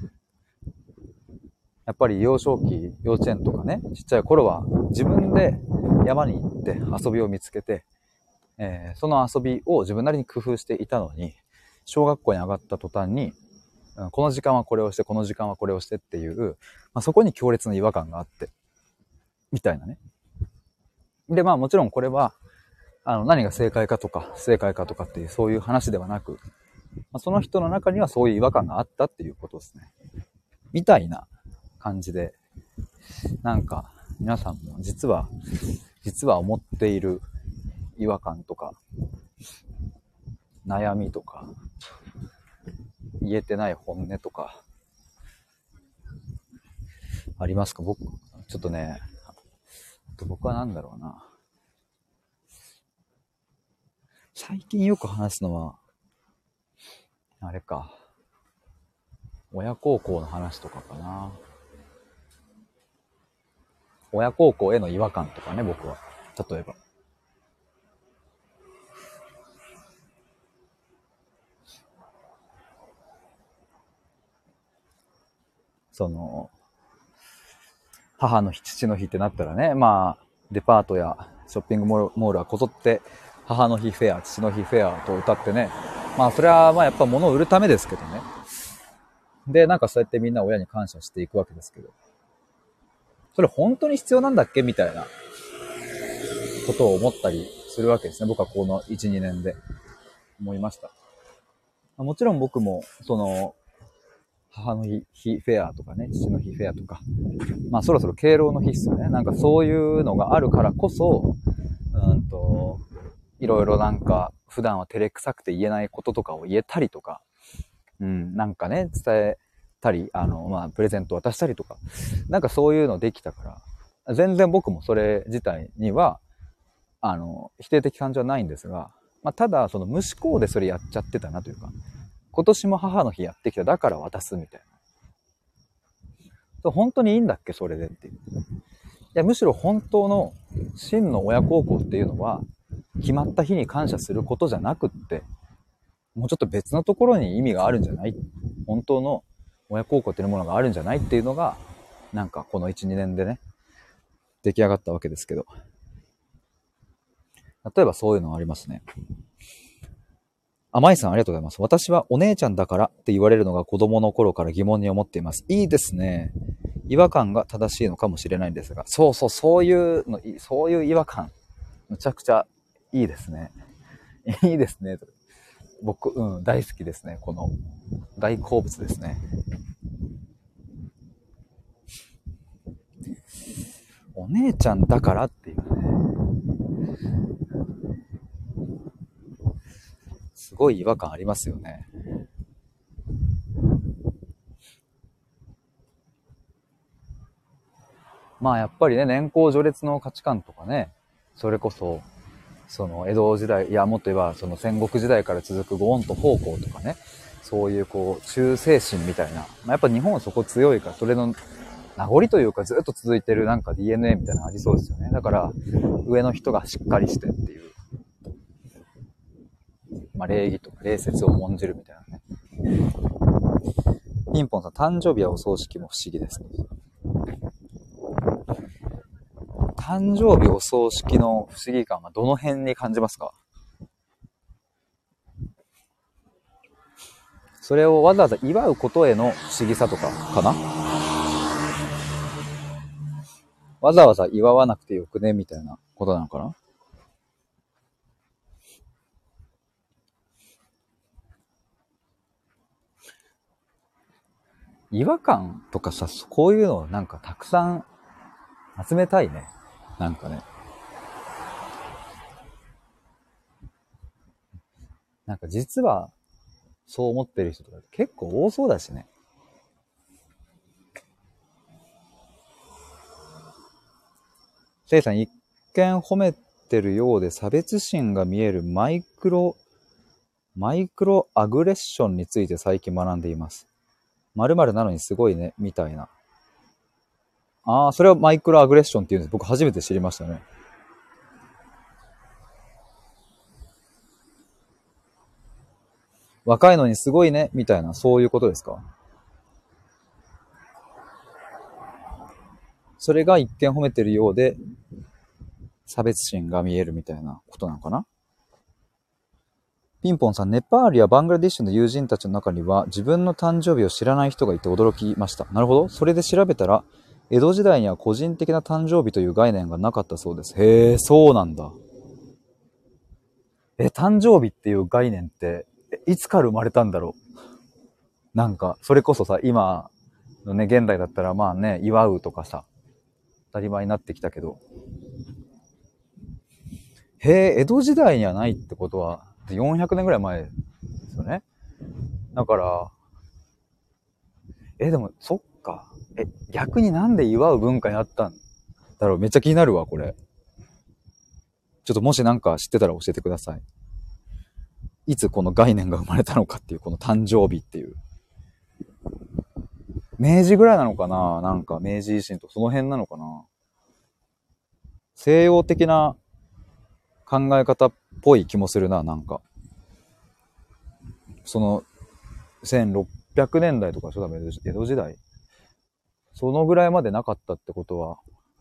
やっぱり幼少期、幼稚園とかね、ちっちゃい頃は自分で山に行って遊びを見つけて、えー、その遊びを自分なりに工夫していたのに、小学校に上がった途端に、この時間はこれをして、この時間はこれをしてっていう、まあ、そこに強烈な違和感があって、みたいなね。 で、まあもちろんこれは、あの、何が正解かとか、不正解かとかっていう、そういう話ではなく、まあ、その人の中にはそういう違和感があったっていうことですね。みたいな感じで、なんか、皆さんも実は、実は思っている違和感とか、悩みとか、言えてない本音とか、ありますか？僕、ちょっとね、僕はなんだろうな。最近よく話すのは、あれか、親孝行の話とかかな。親孝行への違和感とかね、僕は。例えば。その、母の日、父の日ってなったらね、まあ、デパートやショッピングモールモールはこぞって、母の日フェア、父の日フェアと歌ってね、まあ、それはまあやっぱ物を売るためですけどね。で、なんかそうやってみんな親に感謝していくわけですけど、それ本当に必要なんだっけみたいなことを思ったりするわけですね。僕はこのいち、にねんで思いました。もちろん僕も、その、母の日、日フェアとかね、父の日フェアとか、まあそろそろ敬老の日っすよね。なんかそういうのがあるからこそ、うんと、いろいろなんか普段は照れくさくて言えないこととかを言えたりとか、うん、なんかね、伝えたり、あの、まあプレゼント渡したりとか、なんかそういうのできたから、全然僕もそれ自体には、あの、否定的感情はないんですが、まあただその無思考でそれやっちゃってたなというか、今年も母の日やってきた、だから渡すみたいな。本当にいいんだっけそれでっていう。いや、むしろ本当の真の親孝行っていうのは、決まった日に感謝することじゃなくって、もうちょっと別のところに意味があるんじゃない？本当の親孝行っていうものがあるんじゃないっていうのが、なんかこのいち、にねんでね、出来上がったわけですけど。例えばそういうのありますね。あ、まいさんありがとうございます。私はお姉ちゃんだからって言われるのが子供の頃から疑問に思っています。いいですね。違和感が正しいのかもしれないんですが。そうそう、そういうの、そういう違和感。むちゃくちゃいいですね。いいですね。僕、うん、大好きですね。この、大好物ですね。お姉ちゃんだからっていうね。すごい違和感ありますよね。まあやっぱりね、年功序列の価値観とかね、それこそ、その江戸時代、いやもっと言えばその戦国時代から続くご恩と奉公とかね、そういうこう忠誠心みたいな、まあ、やっぱ日本はそこ強いから、それの名残というかずっと続いてるなんか ディーエヌエー みたいなのありそうですよね。だから上の人がしっかりしてっていう、まあ礼儀とか礼節を重んじるみたいなね。ピンポンさん、誕生日はお葬式も不思議です。誕生日お葬式の不思議感はどの辺に感じますか？それをわざわざ祝うことへの不思議さとかかな？わざわざ祝わなくてよくねみたいなことなのかな？違和感とかさ、こういうのをなんかたくさん集めたいね。なんかね。なんか実はそう思ってる人とか結構多そうだしね。せいさん、一見褒めてるようで差別心が見えるマイクロ、マイクロアグレッションについて最近学んでいます。〇〇なのにすごいね、みたいな。ああ、それはマイクロアグレッションっていうんです。僕初めて知りましたね。若いのにすごいね、みたいな、そういうことですか？それが一見褒めてるようで、差別心が見えるみたいなことなのかな？ピンポンさん、ネパールやバングラディッシュの友人たちの中には、自分の誕生日を知らない人がいて驚きました。なるほど。それで調べたら、 江戸時代には個人的な誕生日という概念がなかったそうです。へえ、そうなんだ。え、誕生日っていう概念って、いつから生まれたんだろう。なんか、それこそさ、今のね、現代だったらまあね、祝うとかさ、当たり前になってきたけど。へえ、江戸時代にはないってことは、よんひゃくねんぐらい前ですよね。だから、え、でも、そっか。え、逆になんで祝う文化になったんだろう。めっちゃ気になるわ、これ。ちょっともしなんか知ってたら教えてください。いつこの概念が生まれたのかっていう、この誕生日っていう。明治ぐらいなのかな、なんか明治維新とその辺なのかな。西洋的な考え方っぽい気もするな、なんか。その、せんろっぴゃくねんだいとかでしょ、多分江戸時代。そのぐらいまでなかったってことは、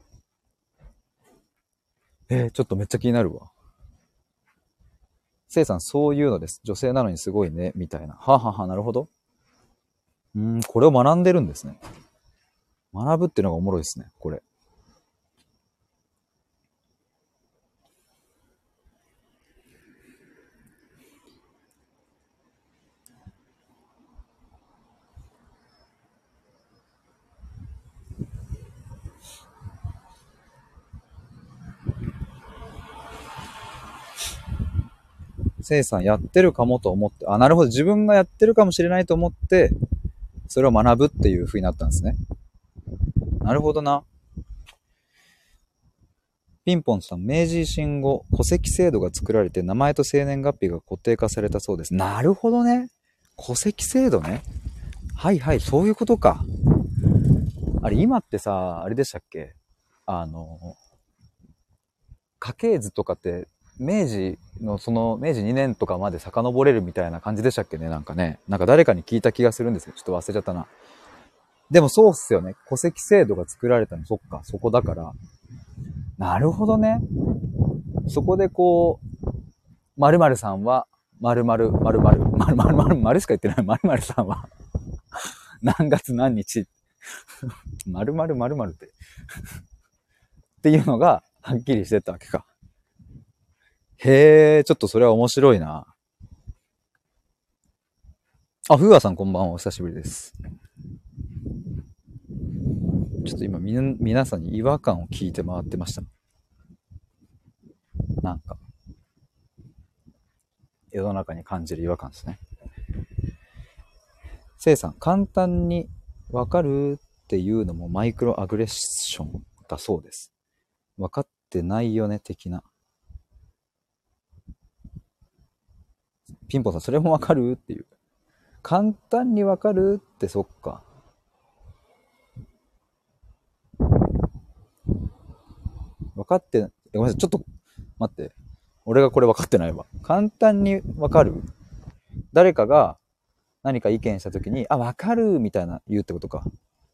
えー、ちょっとめっちゃ気になるわ。せいさん、そういうのです。女性なのにすごいね、みたいな。ははは、なるほど。うーん、これを学んでるんですね。学ぶっていうのがおもろいですね、これ。せいさん、やってるかもと思って、あ、なるほど。自分がやってるかもしれないと思って、それを学ぶっていう風になったんですね。なるほどな。ピンポンさん、明治維新後、戸籍制度が作られて名前と生年月日が固定化されたそうです。なるほどね。戸籍制度ね。はいはい、そういうことか。あれ、今ってさ、あれでしたっけ、あの、家系図とかって、明治のその、明治にねんとかまで遡れるみたいな感じでしたっけね、なんかね。なんか誰かに聞いた気がするんですよ。ちょっと忘れちゃったな。でもそうっすよね。戸籍制度が作られたの、そっか、そこだから。なるほどね。そこでこう、〇〇さんは、〇〇、〇〇、〇〇、〇〇しか言ってない。〇〇さんは、何月何日、〇〇、〇〇って。っていうのが、はっきりしてったわけか。へえ、ちょっとそれは面白いな。あ、ふうあさんこんばんは。お久しぶりです。ちょっと今みな、皆さんに違和感を聞いて回ってました。なんか、世の中に感じる違和感ですね。せいさん、簡単にわかるっていうのもマイクロアグレッションだそうです。わかってないよね、的な。ピンポンさん、それもわかるっていう。簡単にわかるって、そっか。わかって、ごめんなさい、ちょっと待って。俺がこれ分かってないわ。簡単にわかる、誰かが何か意見したときに、あ、わかるみたいな言うってことか。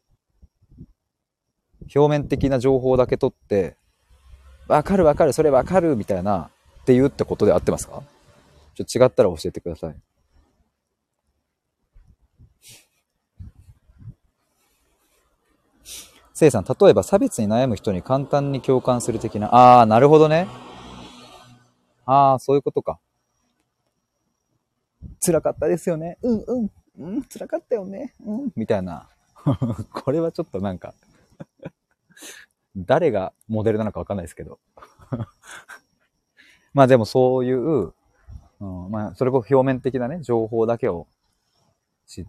表面的な情報だけ取って、わかるわかる、それわかるみたいなって言うってことで合ってますか？ちょっと違ったら教えてください。せいさん、例えば差別に悩む人に簡単に共感する的な。あー、なるほどね。あー、そういうことか。辛かったですよね。うんうん。うん、辛かったよね。うん。みたいな。これはちょっとなんか、誰がモデルなのかわかんないですけど。まあでもそういう、うん、まあそれこそ表面的なね、情報だけを知って、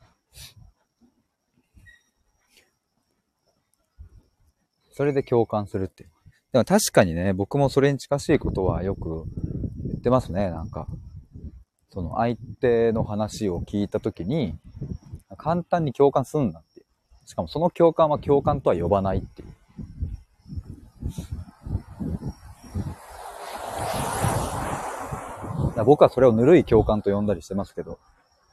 それで共感するっていう。でも確かにね、僕もそれに近しいことはよく言ってますね、なんか。その相手の話を聞いたときに、簡単に共感すんなっていう。しかもその共感は共感とは呼ばないっていう。だから僕はそれをぬるい共感と呼んだりしてますけど、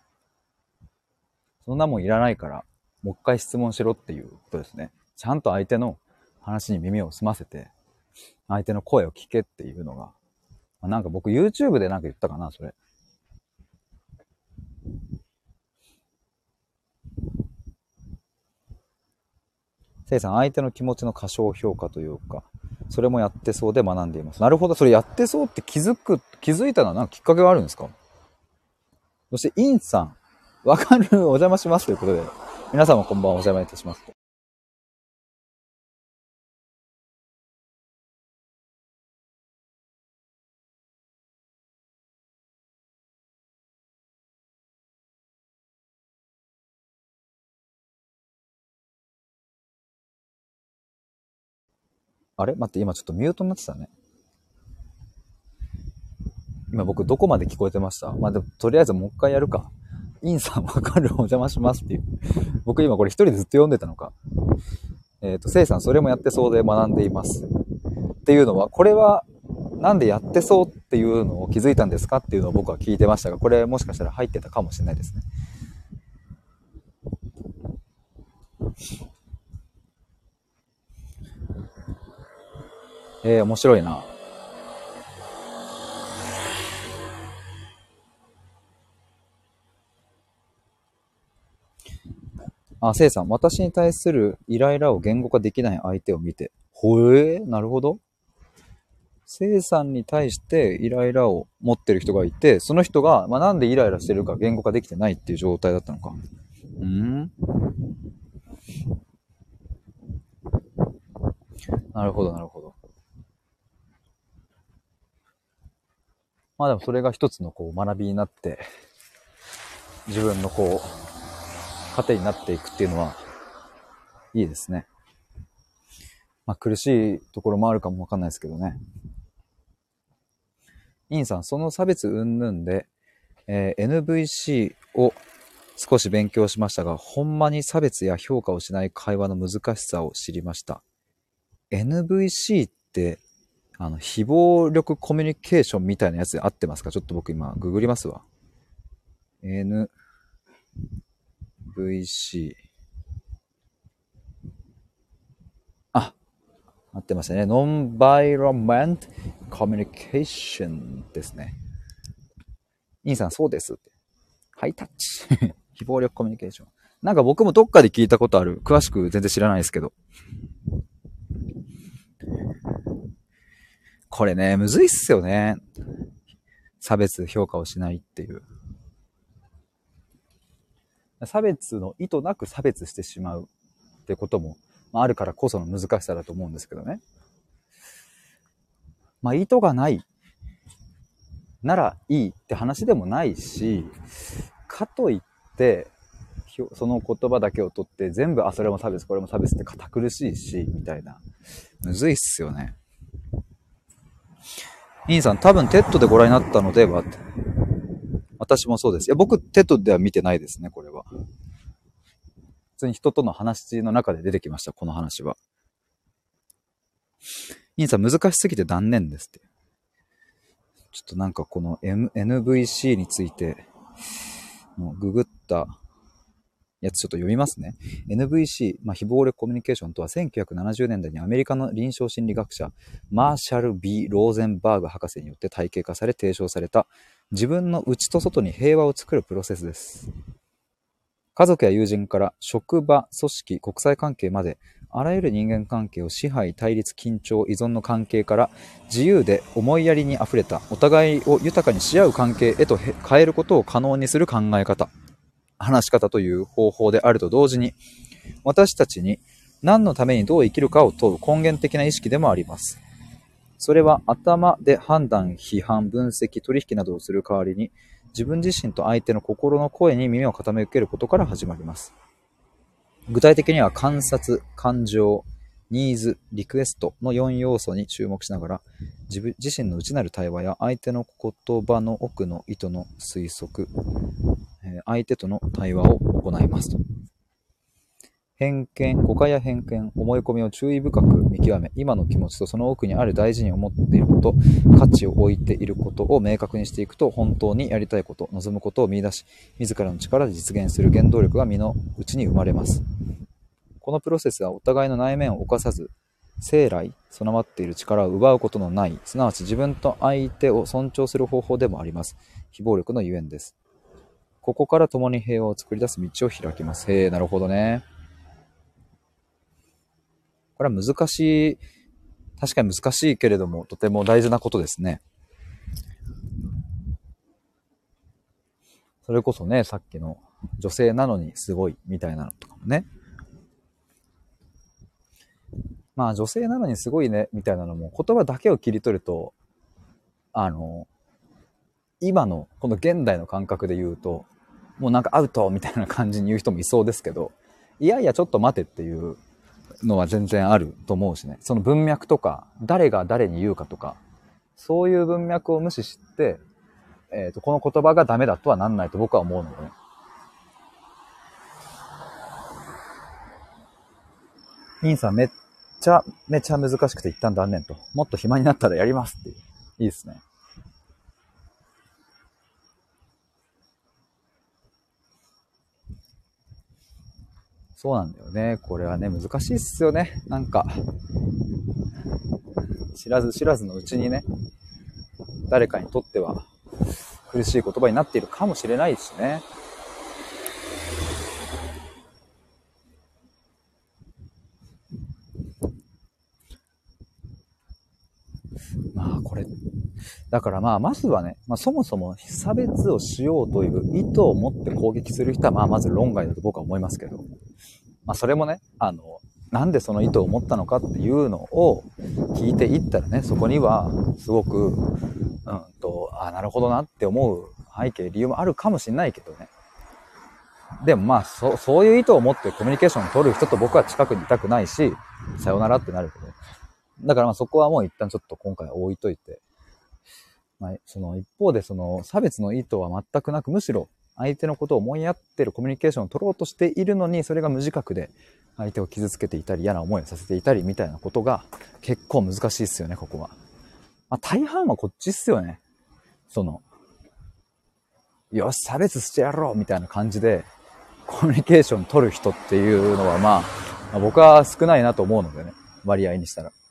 そんなもんいらないから、もう一回質問しろっていうことですね。ちゃんと相手の話に耳を澄ませて、相手の声を聞けっていうのが、なんか僕 YouTube でなんか言ったかな、それ。 せいさん、相手の気持ちの過小評価というか、それもやってそうで学んでいます。なるほど、それやってそうって気づく、気づいたのは何かきっかけがあるんですか？そして、インさん、わかる、お邪魔しますということで、皆さんもこんばんは、お邪魔いたします。あれ待って、今ちょっとミュートになってたね。今僕どこまで聞こえてました？まあ、でもとりあえずもう一回やるか。インさんわかる、お邪魔しますっていう。僕今これ一人でずっと読んでたのか。えっ、と、せいさん、それもやってそうで学んでいます。っていうのは、これは、なんでやってそうっていうのを気づいたんですかっていうのを僕は聞いてましたが、これもしかしたら入ってたかもしれないですね。えー、面白いな。あ、せいさん、私に対するイライラを言語化できない相手を見て。ほえー、なるほど。せいさんに対してイライラを持ってる人がいて、その人が、まあ、なんでイライラしてるか言語化できてないっていう状態だったのか。うーん、なるほど、なるほど。まあでもそれが一つのこう学びになって、自分のこう、糧になっていくっていうのは、いいですね。まあ苦しいところもあるかもわかんないですけどね。インさん、その差別云々で、えー エヌブイシー を少し勉強しましたが、ほんまに差別や評価をしない会話の難しさを知りました。エヌブイシー って、あの、非暴力コミュニケーションみたいなやつで合ってますか？ちょっと僕今、ググりますわ。エヌブイシー。あ、合ってましたね。ノンバイロメントコミュニケーションですね。インさん、そうですって。ハイタッチ。非暴力コミュニケーション。なんか僕もどっかで聞いたことある。詳しく全然知らないですけど。これね、むずいっすよね。差別評価をしないっていう。差別の意図なく差別してしまうってことも、まあ、あるからこその難しさだと思うんですけどね。まあ、意図がないならいいって話でもないし、かといって、その言葉だけを取って全部、あ、それも差別、これも差別って堅苦しいし、みたいな。むずいっすよね。インさん、多分テッドでご覧になったのではって。私もそうです。いや、僕、テッドでは見てないですね、これは。普通に人との話の中で出てきました、この話は。インさん、難しすぎて断念ですって。ちょっとなんかこの、M、エヌブイシー について、もうググったやつちょっと読みますね。エヌブイシー、まあ、非暴力コミュニケーションとはせんきゅうひゃくななじゅうねんだいにアメリカの臨床心理学者マーシャル・ B・ ローゼンバーグ博士によって体系化され提唱された自分の内と外に平和を作るプロセスです。家族や友人から職場、組織、国際関係まであらゆる人間関係を支配、対立、緊張、依存の関係から自由で思いやりにあふれたお互いを豊かにし合う関係へと変えることを可能にする考え方。話し方という方法であると同時に、私たちに何のためにどう生きるかを問う根源的な意識でもあります。それは頭で判断、批判、分析、取引などをする代わりに、自分自身と相手の心の声に耳を傾けることから始まります。具体的には観察、感情、ニーズ、リクエストのよん要素に注目しながら、自分自身の内なる対話や相手の言葉の奥の意図の推測、相手との対話を行いますと。偏見、誤解や偏見、思い込みを注意深く見極め、今の気持ちとその奥にある大事に思っていること、価値を置いていることを明確にしていくと、本当にやりたいこと、望むことを見出し、自らの力で実現する原動力が身の内に生まれます。このプロセスはお互いの内面を侵さず、生来備わっている力を奪うことのない、すなわち自分と相手を尊重する方法でもあります。非暴力のゆえんです。ここから共に平和を作り出す道を開きます。へえ、なるほどね。 これは難しい、確かに難しいけれども、とても大事なことですね。それこそね、さっきの女性なのにすごいみたいなのとかもね。まあ女性なのにすごいねみたいなのも言葉だけを切り取ると、あの、今のこの現代の感覚で言うと、もうなんかアウトみたいな感じに言う人もいそうですけど、いやいやちょっと待てっていうのは全然あると思うしね。その文脈とか、誰が誰に言うかとか、そういう文脈を無視して、えーと、この言葉がダメだとはなんないと僕は思うのでね。インさんめっちゃめちゃ難しくて一旦断念と。もっと暇になったらやりますっていう。いいですね。そうなんだよね。これはね、難しいっすよね。なんか、知らず知らずのうちにね、誰かにとっては苦しい言葉になっているかもしれないしね。まあこれ、だからまあまずはね、まあ、そもそも差別をしようという意図を持って攻撃する人はまあまず論外だと僕は思いますけど、まあそれもね、あの、なんでその意図を持ったのかっていうのを聞いていったらね、そこにはすごく、うんと、あ、なるほどなって思う背景、理由もあるかもしれないけどね。でもまあそ、そういう意図を持ってコミュニケーションを取る人と僕は近くにいたくないし、さよならってなるけど。だからまあそこはもう一旦ちょっと今回置いといて、まあ、その一方でその差別の意図は全くなく、むしろ相手のことを思いやってるコミュニケーションを取ろうとしているのに、それが無自覚で相手を傷つけていたり嫌な思いをさせていたりみたいなことが結構難しいっすよね、ここは。まあ大半はこっちっすよね。その、よし差別してやろうみたいな感じでコミュニケーション取る人っていうのはまあ、まあ、僕は少ないなと思うのでね、割合にしたら。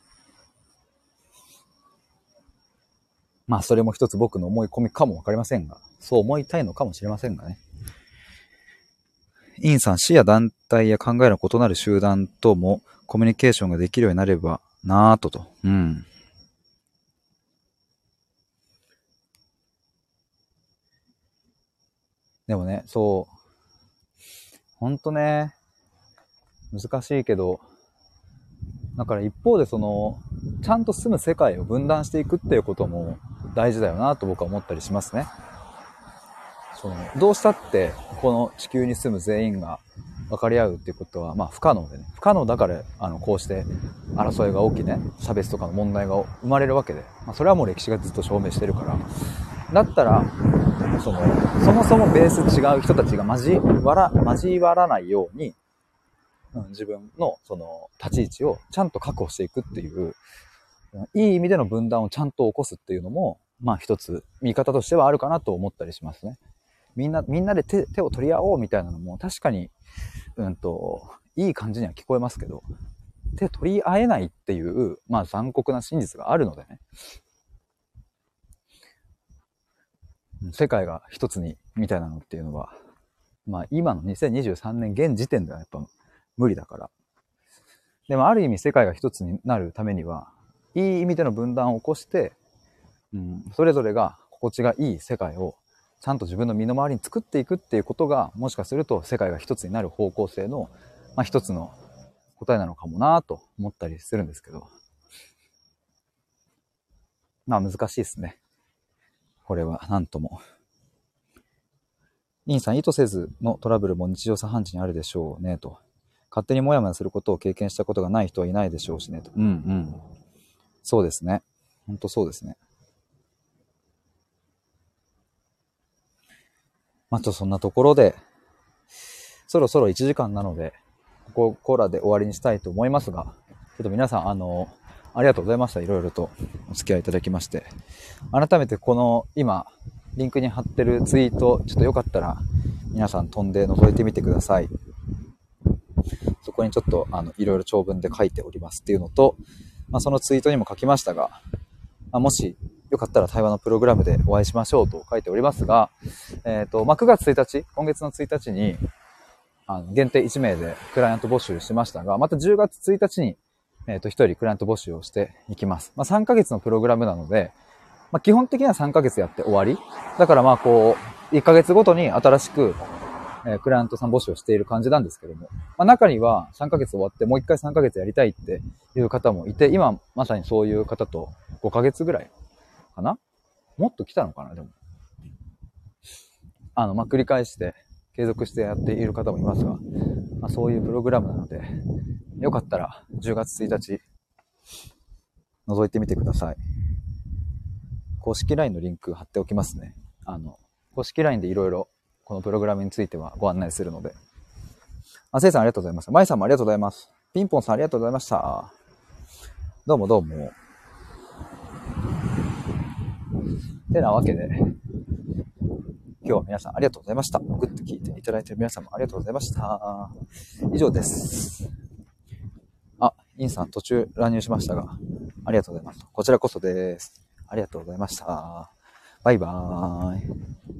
まあそれも一つ僕の思い込みかもわかりませんが、そう思いたいのかもしれませんがね。インさん、市や団体や考えの異なる集団ともコミュニケーションができるようになればなぁとと。うん。でもね、そう。ほんとね、難しいけど、だから一方でその、ちゃんと住む世界を分断していくっていうことも大事だよなと僕は思ったりしますね。そのどうしたってこの地球に住む全員が分かり合うっていうことはまあ不可能でね、不可能だからあのこうして争いが起きね、差別とかの問題が生まれるわけで、まあ、それはもう歴史がずっと証明してるから、だったらそのそもそもベース違う人たちが交わら交わらないように、うん、自分のその立ち位置をちゃんと確保していくっていう、いい意味での分断をちゃんと起こすっていうのもまあ一つ見方としてはあるかなと思ったりしますね。みんな、みんなで 手, 手を取り合おうみたいなのも確かに、うんと、いい感じには聞こえますけど、手取り合えないっていう、まあ残酷な真実があるのでね。世界が一つに、みたいなのっていうのは、まあ今のにせんにじゅうさんねん現時点ではやっぱ無理だから。でもある意味世界が一つになるためには、いい意味での分断を起こして、うん、それぞれが心地がいい世界をちゃんと自分の身の回りに作っていくっていうことが、もしかすると世界が一つになる方向性の、まあ、一つの答えなのかもなと思ったりするんですけど、まあ難しいですね。これは何とも。インさん、意図せずのトラブルも日常茶飯事にあるでしょうねと。勝手にモヤモヤすることを経験したことがない人はいないでしょうしねと。うんうん。そうですね。本当そうですね。まあ、とそんなところで、そろそろいちじかんなので、ここらで終わりにしたいと思いますが、ちょっと皆さん、あの、ありがとうございました。いろいろとお付き合いいただきまして。改めてこの今、リンクに貼ってるツイート、ちょっとよかったら、皆さん飛んで覗いてみてください。そこにちょっと、あの、いろいろ長文で書いておりますっていうのと、まあ、そのツイートにも書きましたが、まあ、もし、よかったら対話のプログラムでお会いしましょうと書いておりますが、えっと、まあ、くがつついたち、今月のついたちに、あの限定いちめいでクライアント募集しましたが、またじゅうがつついたちにえっと、一人クライアント募集をしていきます。まあ、さんかげつのプログラムなので、まあ、基本的にはさんかげつやって終わり。だからまあ、こう、いっかげつごとに新しく、えー、クライアントさん募集をしている感じなんですけども、まあ、中にはさんかげつ終わってもう一回さんかげつやりたいっていう方もいて、今まさにそういう方とごかげつぐらいかな？もっと来たのかなでも。あの、まあ、繰り返して継続してやっている方もいますが、まあ、そういうプログラムなので、よかったらじゅうがつついたち覗いてみてください。公式 ライン のリンク貼っておきますね。あの、公式 ライン でいろいろこのプログラムについてはご案内するので。あ、せいさんありがとうございます。まいさんもありがとうございます。ピンポンさんありがとうございました。どうもどうも。てなわけで、今日は皆さんありがとうございました。グッと聞いていただいている皆さんもありがとうございました。以上です。あ、インさん途中乱入しましたが、ありがとうございます。こちらこそです。ありがとうございました。バイバーイ。